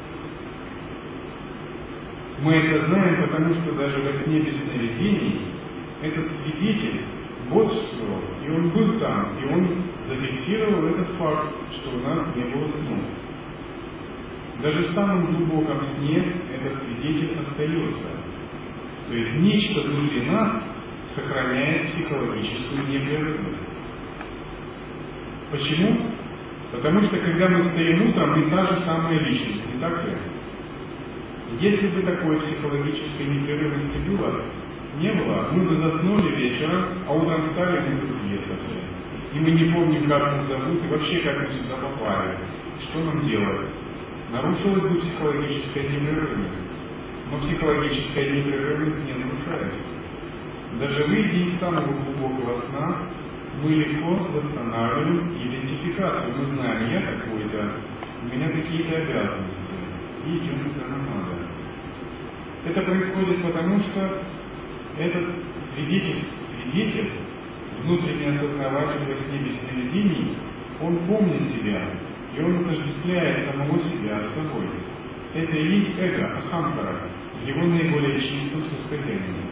Мы это знаем, потому что даже во сне без сновидений этот свидетель бодрствовал, и он был там, и он зафиксировал этот факт, что у нас не было снов. Даже в самом глубоком сне этот свидетель остается. То есть нечто внутри нас сохраняет психологическую непрерывность. Почему? Потому что когда мы встаем утром, мы та же самая личность, не так ли? Если бы такой психологической непрерывности не было, мы бы заснули вечером, а утром встали, мы другие совсем. И мы не помним, как нас зовут, и вообще, как мы сюда попали, что нам делать. Нарушилась бы психологическая непрерывность. Но психологическая непрерывность не нарушается. Даже выйдя из самого глубокого сна, мы легко восстанавливаем идентификацию. Мы знаем: я такой-то, у меня такие-то обязанности, и идем куда нам надо. Это происходит потому, что этот свидетель, внутренний осознаватель во сне без сновидений, он помнит себя, и он отождествляет самого себя с собой. Это и есть эго, ахамкара, в его наиболее чистом состоянии.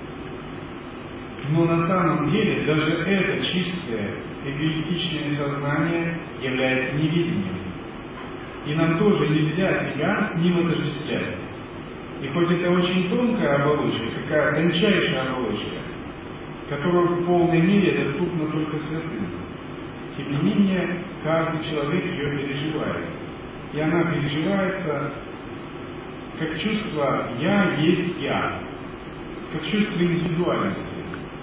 Но на самом деле даже это чистое, эгоистичное сознание является невидением. И нам тоже нельзя себя с ним отождествлять. И хоть это очень тонкая оболочка, такая тончайшая оболочка, которая в полной мере доступна только святым. Тем не менее, каждый человек ее переживает. И она переживается как чувство «я есть я», как чувство индивидуальности.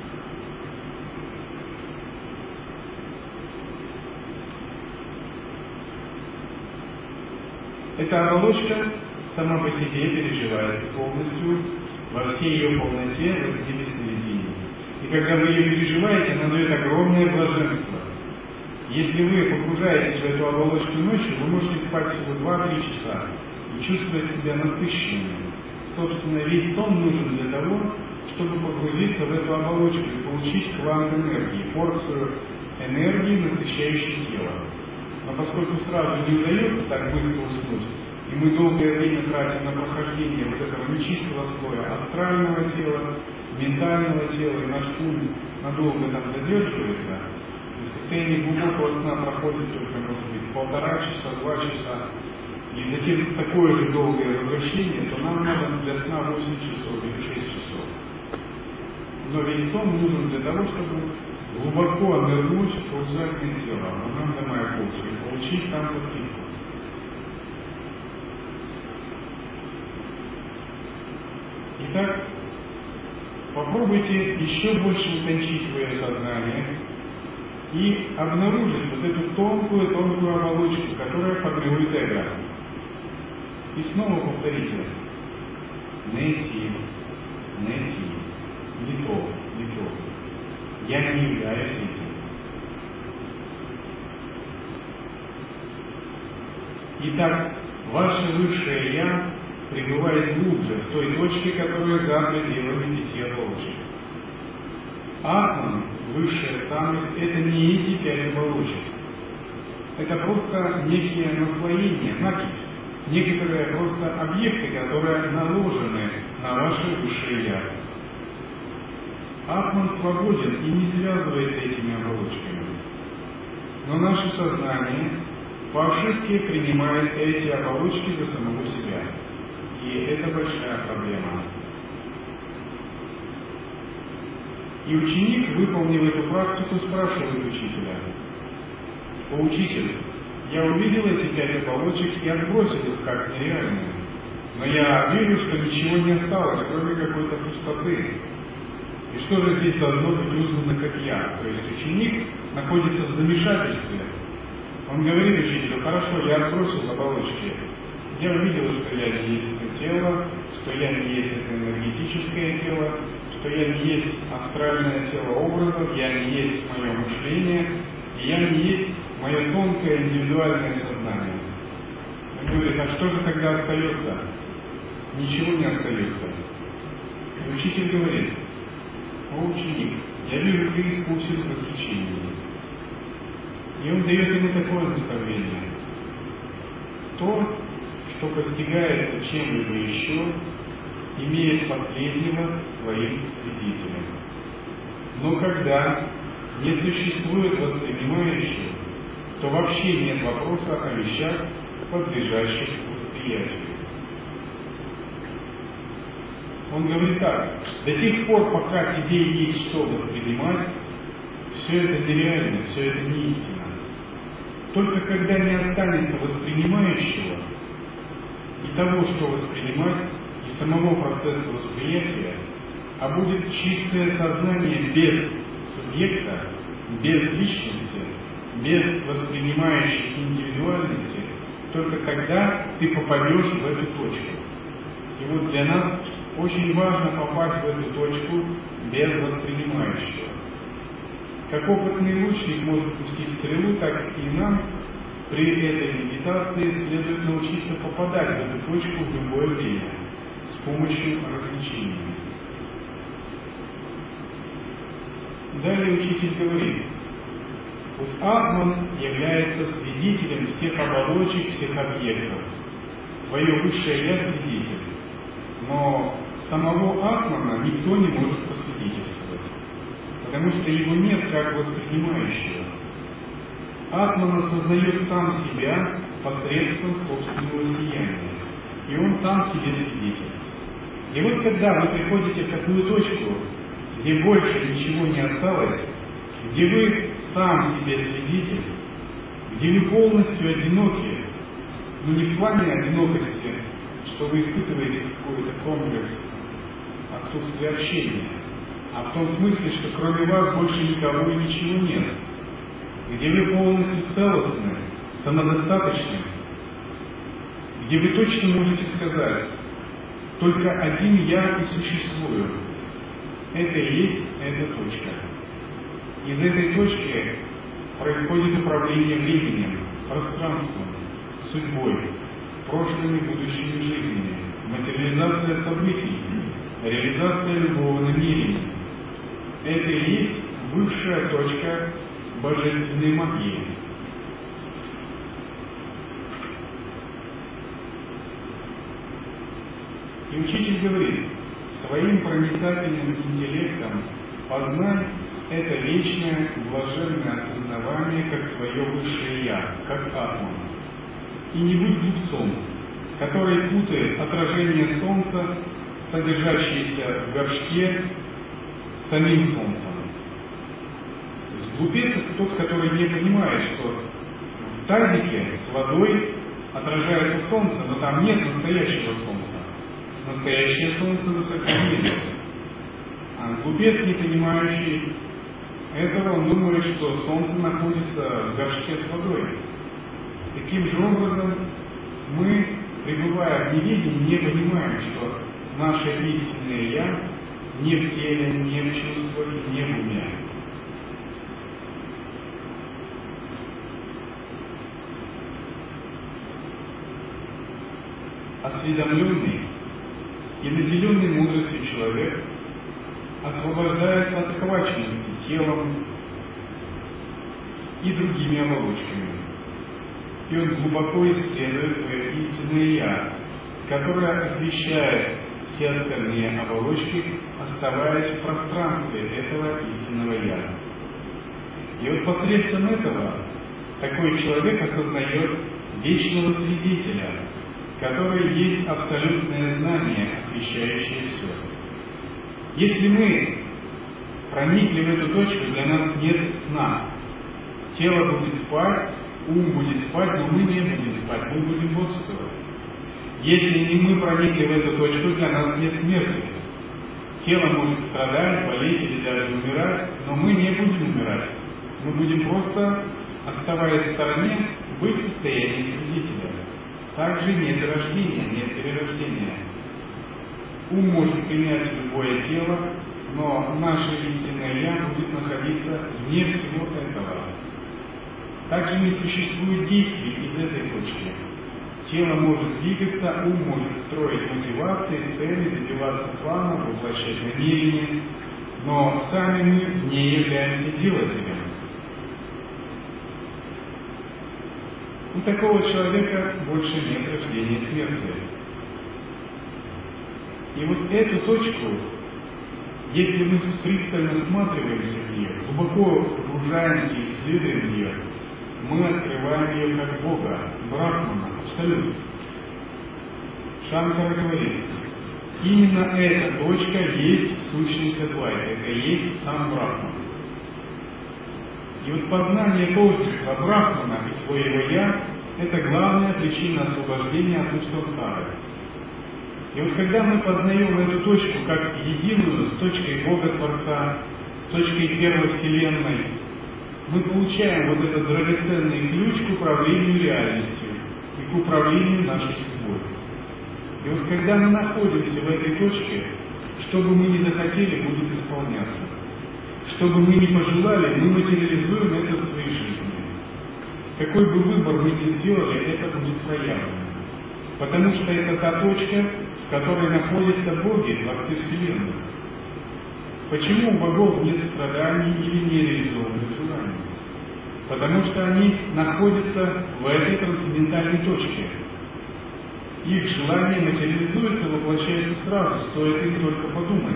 Эта оболочка сама по себе переживается полностью, во всей ее полноте возле сновидения. И когда вы ее переживаете, она дает огромное блаженство. Если вы погружаетесь в эту оболочку ночью, вы можете спать всего 2-3 часа и чувствовать себя насыщенным. Собственно, весь сон нужен для того, чтобы погрузиться в эту оболочку и получить квант энергии, порцию энергии, насыщающей тело. Но поскольку сразу не удается так быстро уснуть, и мы долгое время тратим на прохождение вот этого нечистого слоя астрального тела, ментального тела, и наш ум надолго там задерживается, и в состоянии глубокого сна проходит только, может быть, 1,5 часа, 2 часа, и затем такое же долгое возвращение, то нам надо для сна 8 часов или 6 часов. Но весь сон нужен для того, чтобы глубоко нырнуть в каузальное тело, Ананда Майя Коша, и получить там подпитку. Итак, попробуйте еще больше утончить свое сознание и обнаружить вот эту тонкую оболочку, которая формирует эго. И снова повторите. Найти, не то. Я не являюсь этим. Итак, ваше высшее Я пребывает глубже в той точке, которая за пределами 5 оболочек. Атман, высшая самость, это не эти 5 оболочек. Это просто некие наслоения, накипь, некоторые просто объекты, которые наложены на ваше высшее Я. Атман свободен и не связывается этими оболочками. Но наше сознание по ошибке принимает эти оболочки за самого себя. И это большая проблема. И ученик, выполнив эту практику, спрашивает учителя: «О, учитель, я увидел эти 5 оболочек и отбросил их как нереальные, но я вижу, что ничего не осталось, кроме какой-то пустоты. И что же здесь должно быть узнано как я?» То есть ученик находится в замешательстве. Он говорит учителю: «Хорошо, я отбросил оболочки. Я увидел, что я не есть это тело, что я не есть это энергетическое тело, что я не есть астральное тело образов, я не есть мое мышление, и я не есть мое тонкое индивидуальное сознание». Он говорит: «А что же тогда остается?» Ничего не остается. И учитель говорит: «О, ученик, я вижу, ты искусен в развлечении». И он дает ему такое наставление: то, что постигает чем-либо еще, имеет последнего своим свидетелем. Но когда не существует воспринимающего, то вообще нет вопроса о вещах, подлежащих восприятию. Он говорит так: до тех пор, пока тебе есть что воспринимать, все это нереально, все это не истина. Только когда не останется воспринимающего и того, что воспринимать, и самого процесса восприятия, а будет чистое сознание без субъекта, без личности, без воспринимающей индивидуальности, только тогда ты попадешь в эту точку. И вот для нас очень важно попасть в эту точку без воспринимающего. Как опытный лучник может пустить стрелу, так и нам при этой медитации следует научиться попадать в эту точку в любое время с помощью развлечений. Далее учитель говорит: вот Атман является свидетелем всех оболочек, всех объектов. Твое высшее Я свидетель. Но самого Атмана никто не может посвидетельствовать, потому что его нет как воспринимающего. Атман осознает сам себя посредством собственного сияния, и он сам себе свидетель. И вот когда вы приходите в такую точку, где больше ничего не осталось, где вы сам себе свидетель, где вы полностью одиноки, но не в плане одинокости, что вы испытываете какой-то комплекс отсутствия общения, а в том смысле, что кроме вас больше никого и ничего нет, где вы полностью целостны, самодостаточны, где вы точно можете сказать: только один я и существую. Это и есть эта точка. Из этой точки происходит управление временем, пространством, судьбой, прошлыми и будущими жизнями, материализация событий, реализация любого намерения. Это и есть высшая точка божественной магии. И учитель говорит: своим проницательным интеллектом познай это вечное, блаженное осознавание как свое высшее Я, как атом. И не будь глупцом, который путает отражение солнца, содержащееся в горшке, с самим солнцем. То есть глупец — это тот, который не понимает, что в тазике с водой отражается солнце, но там нет настоящего солнца. Настоящее солнце высоко небе. А глупец, не понимающий этого, он думает, что солнце находится в горшке с водой. Таким же образом, мы, пребывая в неведении, не понимаем, что наше истинное Я не в теле, не в чувствах, не в уме. Осведомленный и наделенный мудростью человек освобождается от схваченности телом и другими оболочками. И он глубоко исследует свое истинное Я, которое освещает все остальные оболочки, оставаясь в пространстве этого истинного Я. И вот посредством этого такой человек осознает вечного свидетеля, который есть абсолютное знание, освещающее все. Если мы проникли в эту точку, для нас нет сна. Тело будет спать, ум будет спать, но мы не будем спать, мы будем бодрствовать. Если не мы проникли в эту точку, для нас нет смерти. Тело может страдать, болеть или даже умирать, но мы не будем умирать. Мы будем просто, оставаясь в стороне, быть в состоянии свидетеля. Также нет рождения, нет перерождения. Ум может принять любое тело, но наше истинное Я будет находиться вне всего этого. Также не существует действий из этой точки. Тело может двигаться, ум может строить мотивации, цели, добиваться планов, воплощать намерения, но сами мы не являемся делателем. У такого человека больше нет рождения и смерти. И вот эту точку, если мы пристально всматриваемся в нее, глубоко погружаемся и исследуем ее, мы открываем ее как Бога, Брахмана, Абсолют. Шанкара говорит: именно эта точка есть сущность Адвайты, это есть сам Брахман. И вот познание тождества Брахмана и своего Я — это главная причина освобождения от мук самсары. И вот когда мы познаем эту точку как единую с точкой Бога-Творца, с точкой Первой Вселенной, мы получаем вот этот драгоценный ключ к управлению реальностью и к управлению нашей судьбой. И вот когда мы находимся в этой точке, что бы мы ни захотели, будет исполняться. Что бы мы ни пожелали, мы материализуем это в своей жизни. Какой бы выбор мы ни сделали, это будет проявлено. Потому что это та точка, в которой находятся боги, творцы Вселенной. Почему у богов нет страданий или нереализованных желаний? Потому что они находятся в этой трансцендентальной точке. Их желание материализуется, воплощается сразу, стоит им только подумать.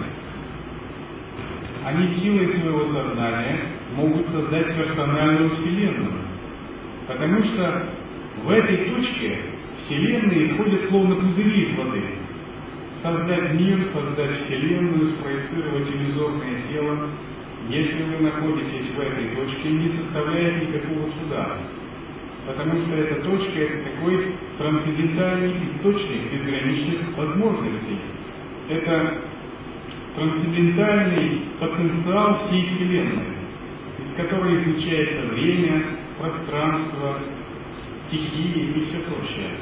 Они силой своего сознания могут создать персональную Вселенную. Потому что в этой точке Вселенная исходит словно пузыри из воды. создать мир, создать Вселенную, спроецировать иллюзорное тело, если вы находитесь в этой точке, не составляет никакого труда. Потому что эта точка – это такой трансцендентальный источник безграничных возможностей. Это трансцендентальный потенциал всей Вселенной, из которой излучается время, пространство, стихии и все прочее.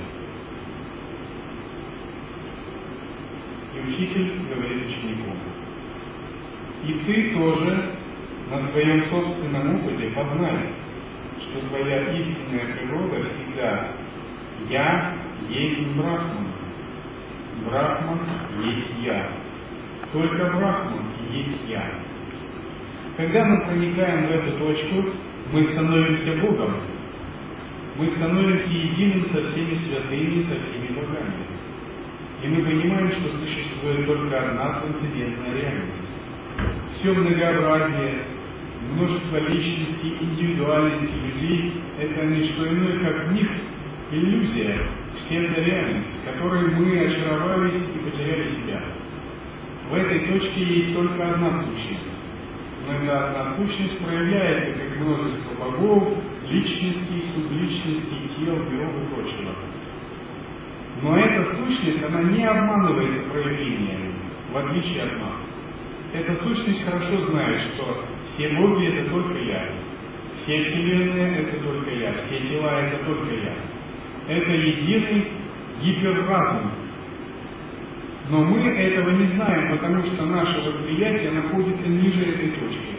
И учитель говорит ученику: и ты тоже на своем собственном опыте познай, что твоя истинная природа всегда «Я есть Брахман». Брахман есть Я. Только Брахман есть Я. Когда мы проникаем в эту точку, мы становимся Богом. Мы становимся единым со всеми святыми, со всеми богами. И мы понимаем, что существует только одна трансцендентная реальность. Все многообразие, множество личностей, индивидуальности людей – это не что иное, как миф, иллюзия, псевдореальность, в которой мы очаровались и потеряли себя. В этой точке есть только одна сущность. Но эта одна сущность проявляется как множество богов, личностей, субличностей, тел, миров и прочего. Но эта сущность, она не обманывает проявление, в отличие от нас. Эта сущность хорошо знает, что все боги – это только я, все вселенные – это только я, все тела – это только я. Это единый гиперразум. Но мы этого не знаем, потому что наше восприятие находится ниже этой точки.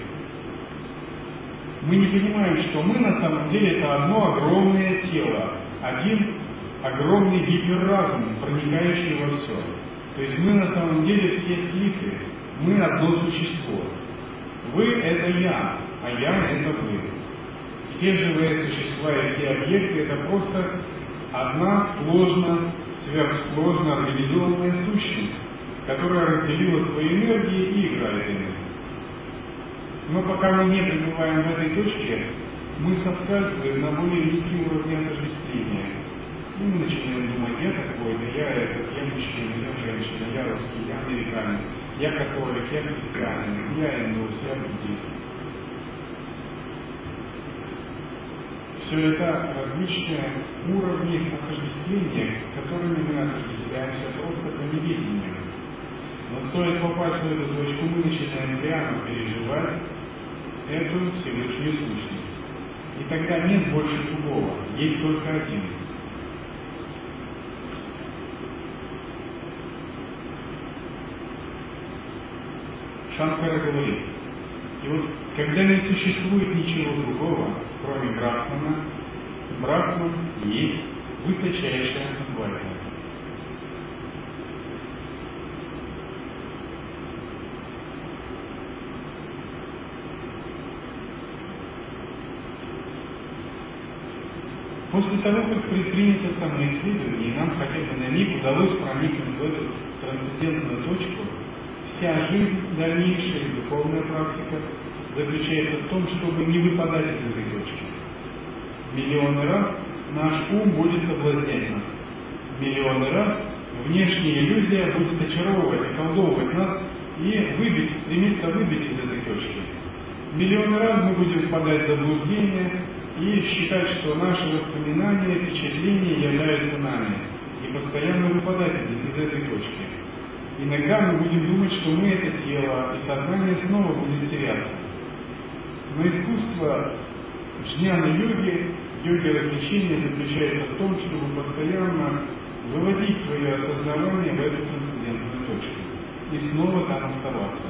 Мы не понимаем, что мы на самом деле это одно огромное тело, один огромный гиперразум, проникающий во все. То есть мы на самом деле все слиты, мы одно существо. Вы – это я, а я – это вы. Все живые существа и все объекты – это просто одна сверхсложно организованная сущность, которая разделила свои энергии и играет ими. Но пока мы не пребываем в этой точке, мы соскальзываем на более низкий уровень отождествления. И мы начинаем думать: я такой-то, я этот, я мужчина, я женщина, я русский, я американец, я католик, я христианин, я индус, я буддист. Все это различные уровни отождествления, которыми мы отождествляемся просто по неведению. Но стоит попасть в эту точку, мы начинаем прямо переживать эту Всевышнюю сущность. И тогда нет больше другого, есть только один. Шанкара говорит: и вот когда не существует ничего другого, кроме Брахмана, Брахман есть высочайшая Адвайта. После того, как предпринято самоисследование, нам хотя бы на миг удалось проникнуть в эту трансцендентную точку, вся жизнь, дальнейшая духовная практика заключается в том, чтобы не выпадать из этой точки. Миллионы раз наш ум будет соблазнять нас. Миллионы раз внешняя иллюзия будет очаровывать, околдовывать нас и стремиться выбить из этой точки. Миллионы раз мы будем впадать в заблуждение и считать, что наши воспоминания, впечатления являются нами, и постоянно выпадать из этой точки. Иногда мы будем думать, что мы это тело, и сознание снова будет теряться. Но искусство джняна-йоги, йоги развлечения заключается в том, чтобы постоянно выводить свое осознавание в эту трансцендентную точку и снова там оставаться.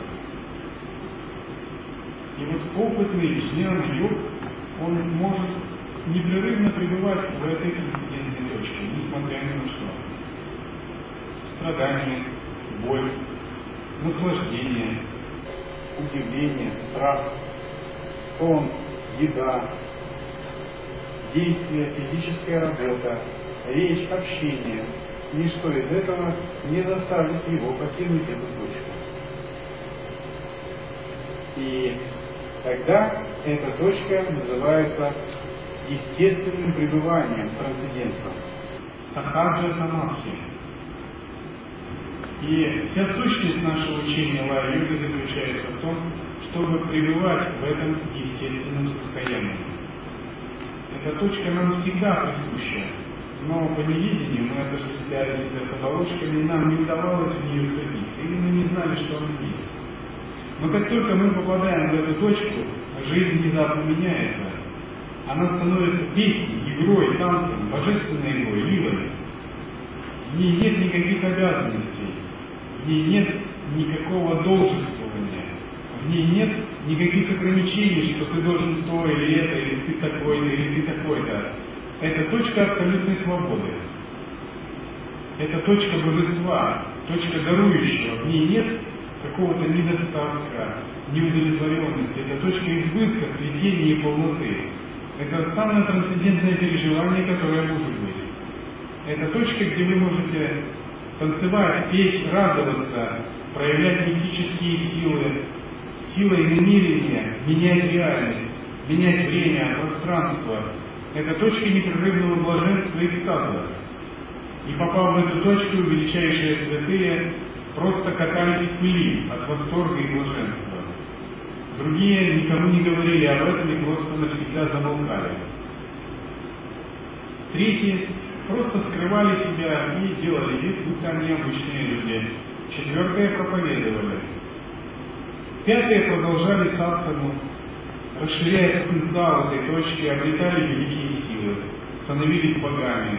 И вот опытный джняна-йог, он может непрерывно пребывать в этой трансцендентной точке, несмотря ни на что. Страдания, боль, наслаждение, удивление, страх, сон, еда, действие, физическая работа, речь, общение. Ничто из этого не заставит его покинуть эту точку. И тогда эта точка называется естественным пребыванием трансцендентным. Сахаджа самадхи. И вся сущность нашего учения лая-йоги заключается в том, чтобы пребывать в этом естественном состоянии. Эта точка нам всегда присуща, но по невидению мы отождествляли себя с оболочками, и нам не удавалось в нее входить, или мы не знали, что она есть. Но как только мы попадаем в эту точку, жизнь внезапно меняется. Она становится песней, игрой, танцем, божественной игрой, лилой. В ней нет никаких обязанностей, в ней нет никакого должествования, в ней нет никаких ограничений, что ты должен то или это, или ты такой-то, или ты такой-то. Это точка абсолютной свободы. Это точка божества, точка дарующего. В ней нет какого-то недостатка, неудовлетворенности. Это точка избытка, цветения и полноты. Это самое трансцендентное переживание, которое может быть. Это точка, где вы можете танцевать, петь, радоваться, проявлять мистические силы, силой намерения, менять реальность, менять время, пространство. Это точка непрерывного блаженства и экстаза. И попав в эту точку, величайшие святые просто катались в пыли от восторга и блаженства. Другие никому не говорили об этом и просто навсегда замолкали. Третьи просто скрывали себя и делали вид, будто они обычные люди. Четвертые проповедовали. Пятые продолжали садхану, расширяя потенциал этой точки, обретали великие силы, становились богами.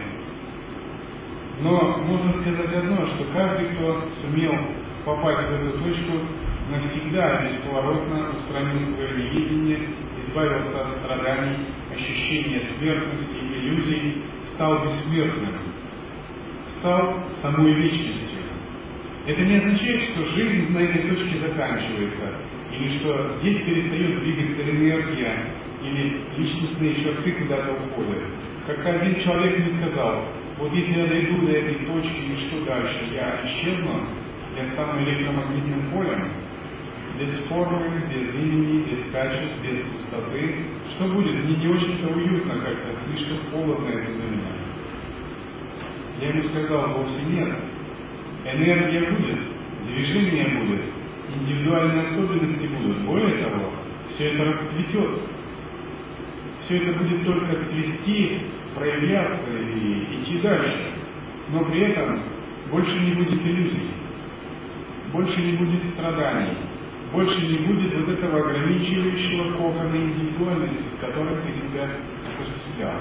Но можно сказать одно, что каждый, кто сумел попасть в эту точку, навсегда бесповоротно устранил свое невидение, избавился от страданий, ощущения смертности, иллюзий, стал бессмертным, стал самой вечностью. Это не означает, что жизнь на этой точке заканчивается, или что здесь перестает двигаться энергия, или личностные черты куда-то уходят. Как-то один человек мне сказал: вот если я дойду до этой точки, и что дальше? Я исчезну, я стану электромагнитным полем, без формы, без имени, без качеств, без пустоты. Что будет? Мне не очень-то уютно как-то, слишком холодно это для меня. Я ему сказал: вовсе нет. Энергия будет, движение будет, индивидуальные особенности будут. Более того, все это расцветет. Все это будет только цвести, проявляться и идти дальше. Но при этом больше не будет иллюзий, больше не будет страданий, больше не будет вот этого ограничивающего кокона индивидуальности, с которой ты себя осуществлял.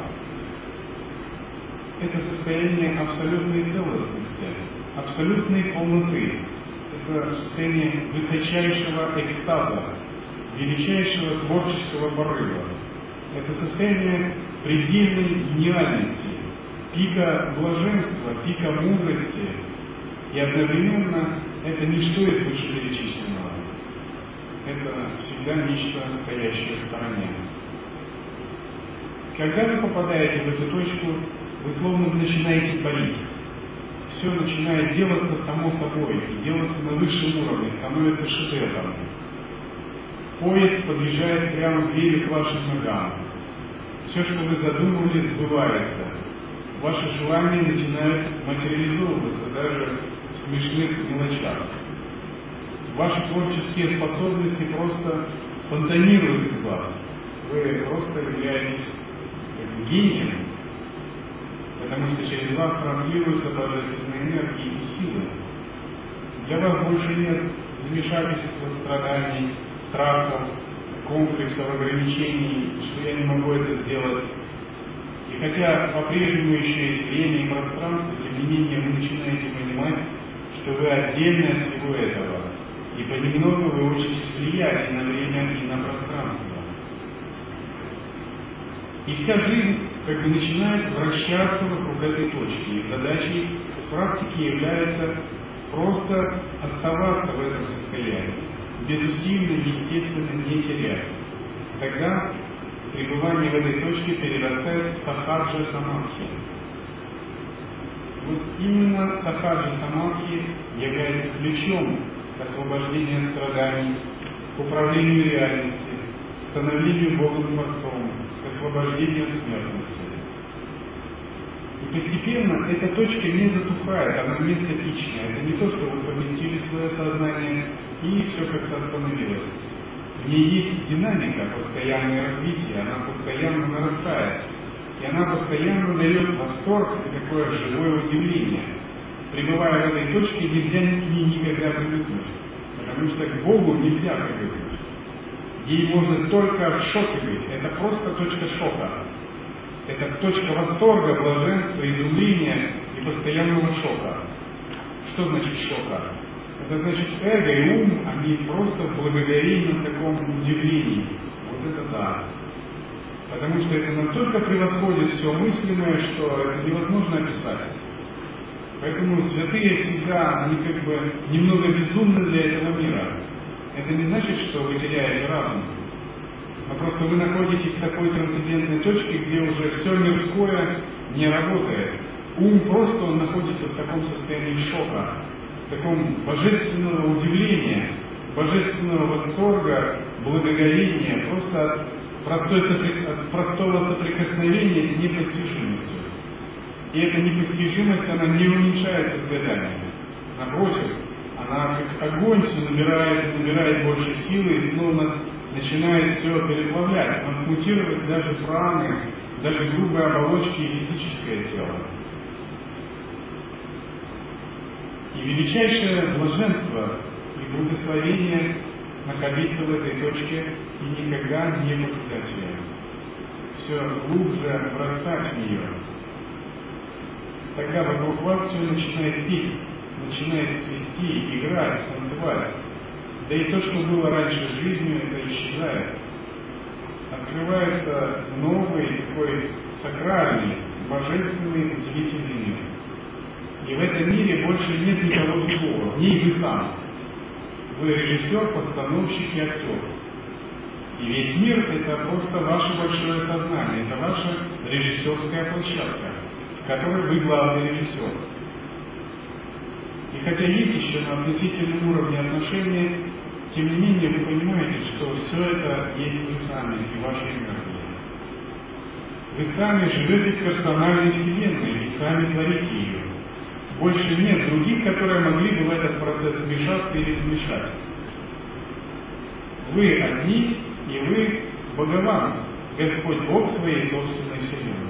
Это состояние абсолютной целостности, абсолютной полноты. Это состояние высочайшего экстаза, величайшего творческого порыва. Это состояние предельной гениальности, пика блаженства, пика мудрости. И одновременно это ничто из вышеперечисленного. Это всегда нечто, стоящее в стороне. Когда вы попадаете в эту точку, вы словно начинаете парить. Все начинает делаться само собой, и делаться на высшем уровне, становится шедевром. Поезд подъезжает прямо к двери к вашим ногам. Все, что вы задумывали, сбывается. Ваши желания начинают материализовываться даже в смешных мелочах. Ваши творческие способности просто фонтанируют из вас. Вы просто являетесь гением, потому что через вас транслируются божественные энергии и силы. Для вас больше нет замешательства, страданий, страхов, комплексов, ограничений, что я не могу это сделать. И хотя по-прежнему еще есть время и пространство, тем не менее вы начинаете понимать, что вы отдельно от всего этого. И понемногу вы учитесь влиять и на время, и на пространство. И вся жизнь как бы начинает вращаться вокруг этой точки. И задачей практики является просто оставаться в этом состоянии, безусильно, естественно, не терять. Тогда пребывание в этой точке перерастает в сахаджа самадхи. Вот именно сахаджа самадхи является ключом к освобождению от страданий, к управлению реальностью, к становлению Богом Творцом, к освобождению от смертности. И постепенно эта точка не затухает, она не статичная. Это не то, что вы поместили свое сознание и все как-то остановилось. В ней есть динамика, постоянное развитие, она постоянно нарастает. И она постоянно дает восторг и такое живое удивление. Пребывая в этой точке, нельзя к ней никогда привыкнуть. Потому что к Богу нельзя привыкнуть. Ей можно только в шоке быть. Это просто точка шока. Это точка восторга, блаженства, изумления и постоянного шока. Что значит шока? Это значит эго и ум, они просто в благодарении, таком удивлении. Вот это да. Потому что это настолько превосходит все мыслимое, что это невозможно описать. Поэтому святые всегда, они как бы немного безумны для этого мира. Это не значит, что вы теряете разум. Но просто вы находитесь в такой трансцендентной точке, где уже все мирское не работает. Ум просто он находится в таком состоянии шока, в таком божественного удивления, божественного восторга, благоговения, просто от простого соприкосновения с непостижимостью. И эта непостижимость, она не уменьшается с годами. Напротив, она как огонь все набирает больше силы и снова начинает все переплавлять, трансмутировать даже праны, даже грубые оболочки и физическое тело. И величайшее блаженство и благословение находиться в этой точке и никогда не покидать ее. Все глубже врастать в нее. Тогда вокруг вас все начинает петь, начинает свисти, играть, танцевать. Да и то, что было раньше жизнью, это исчезает. Открывается новый, такой сакральный, божественный, удивительный мир. И в этом мире больше нет никого другого, не вы сам. Вы режиссер, постановщик и актер. И весь мир — это просто ваше большое сознание, это ваша режиссерская площадка, в которой вы главный режиссер. И хотя есть еще на относительном уровне отношения, тем не менее вы понимаете, что все это есть вы сами и ваша энергия. Вы сами живете в персональной вселенной и сами творите ее. Больше нет других, которые могли бы в этот процесс вмешаться или вмешать. Вы одни, и вы Богован, Господь Бог своей собственной вселенной.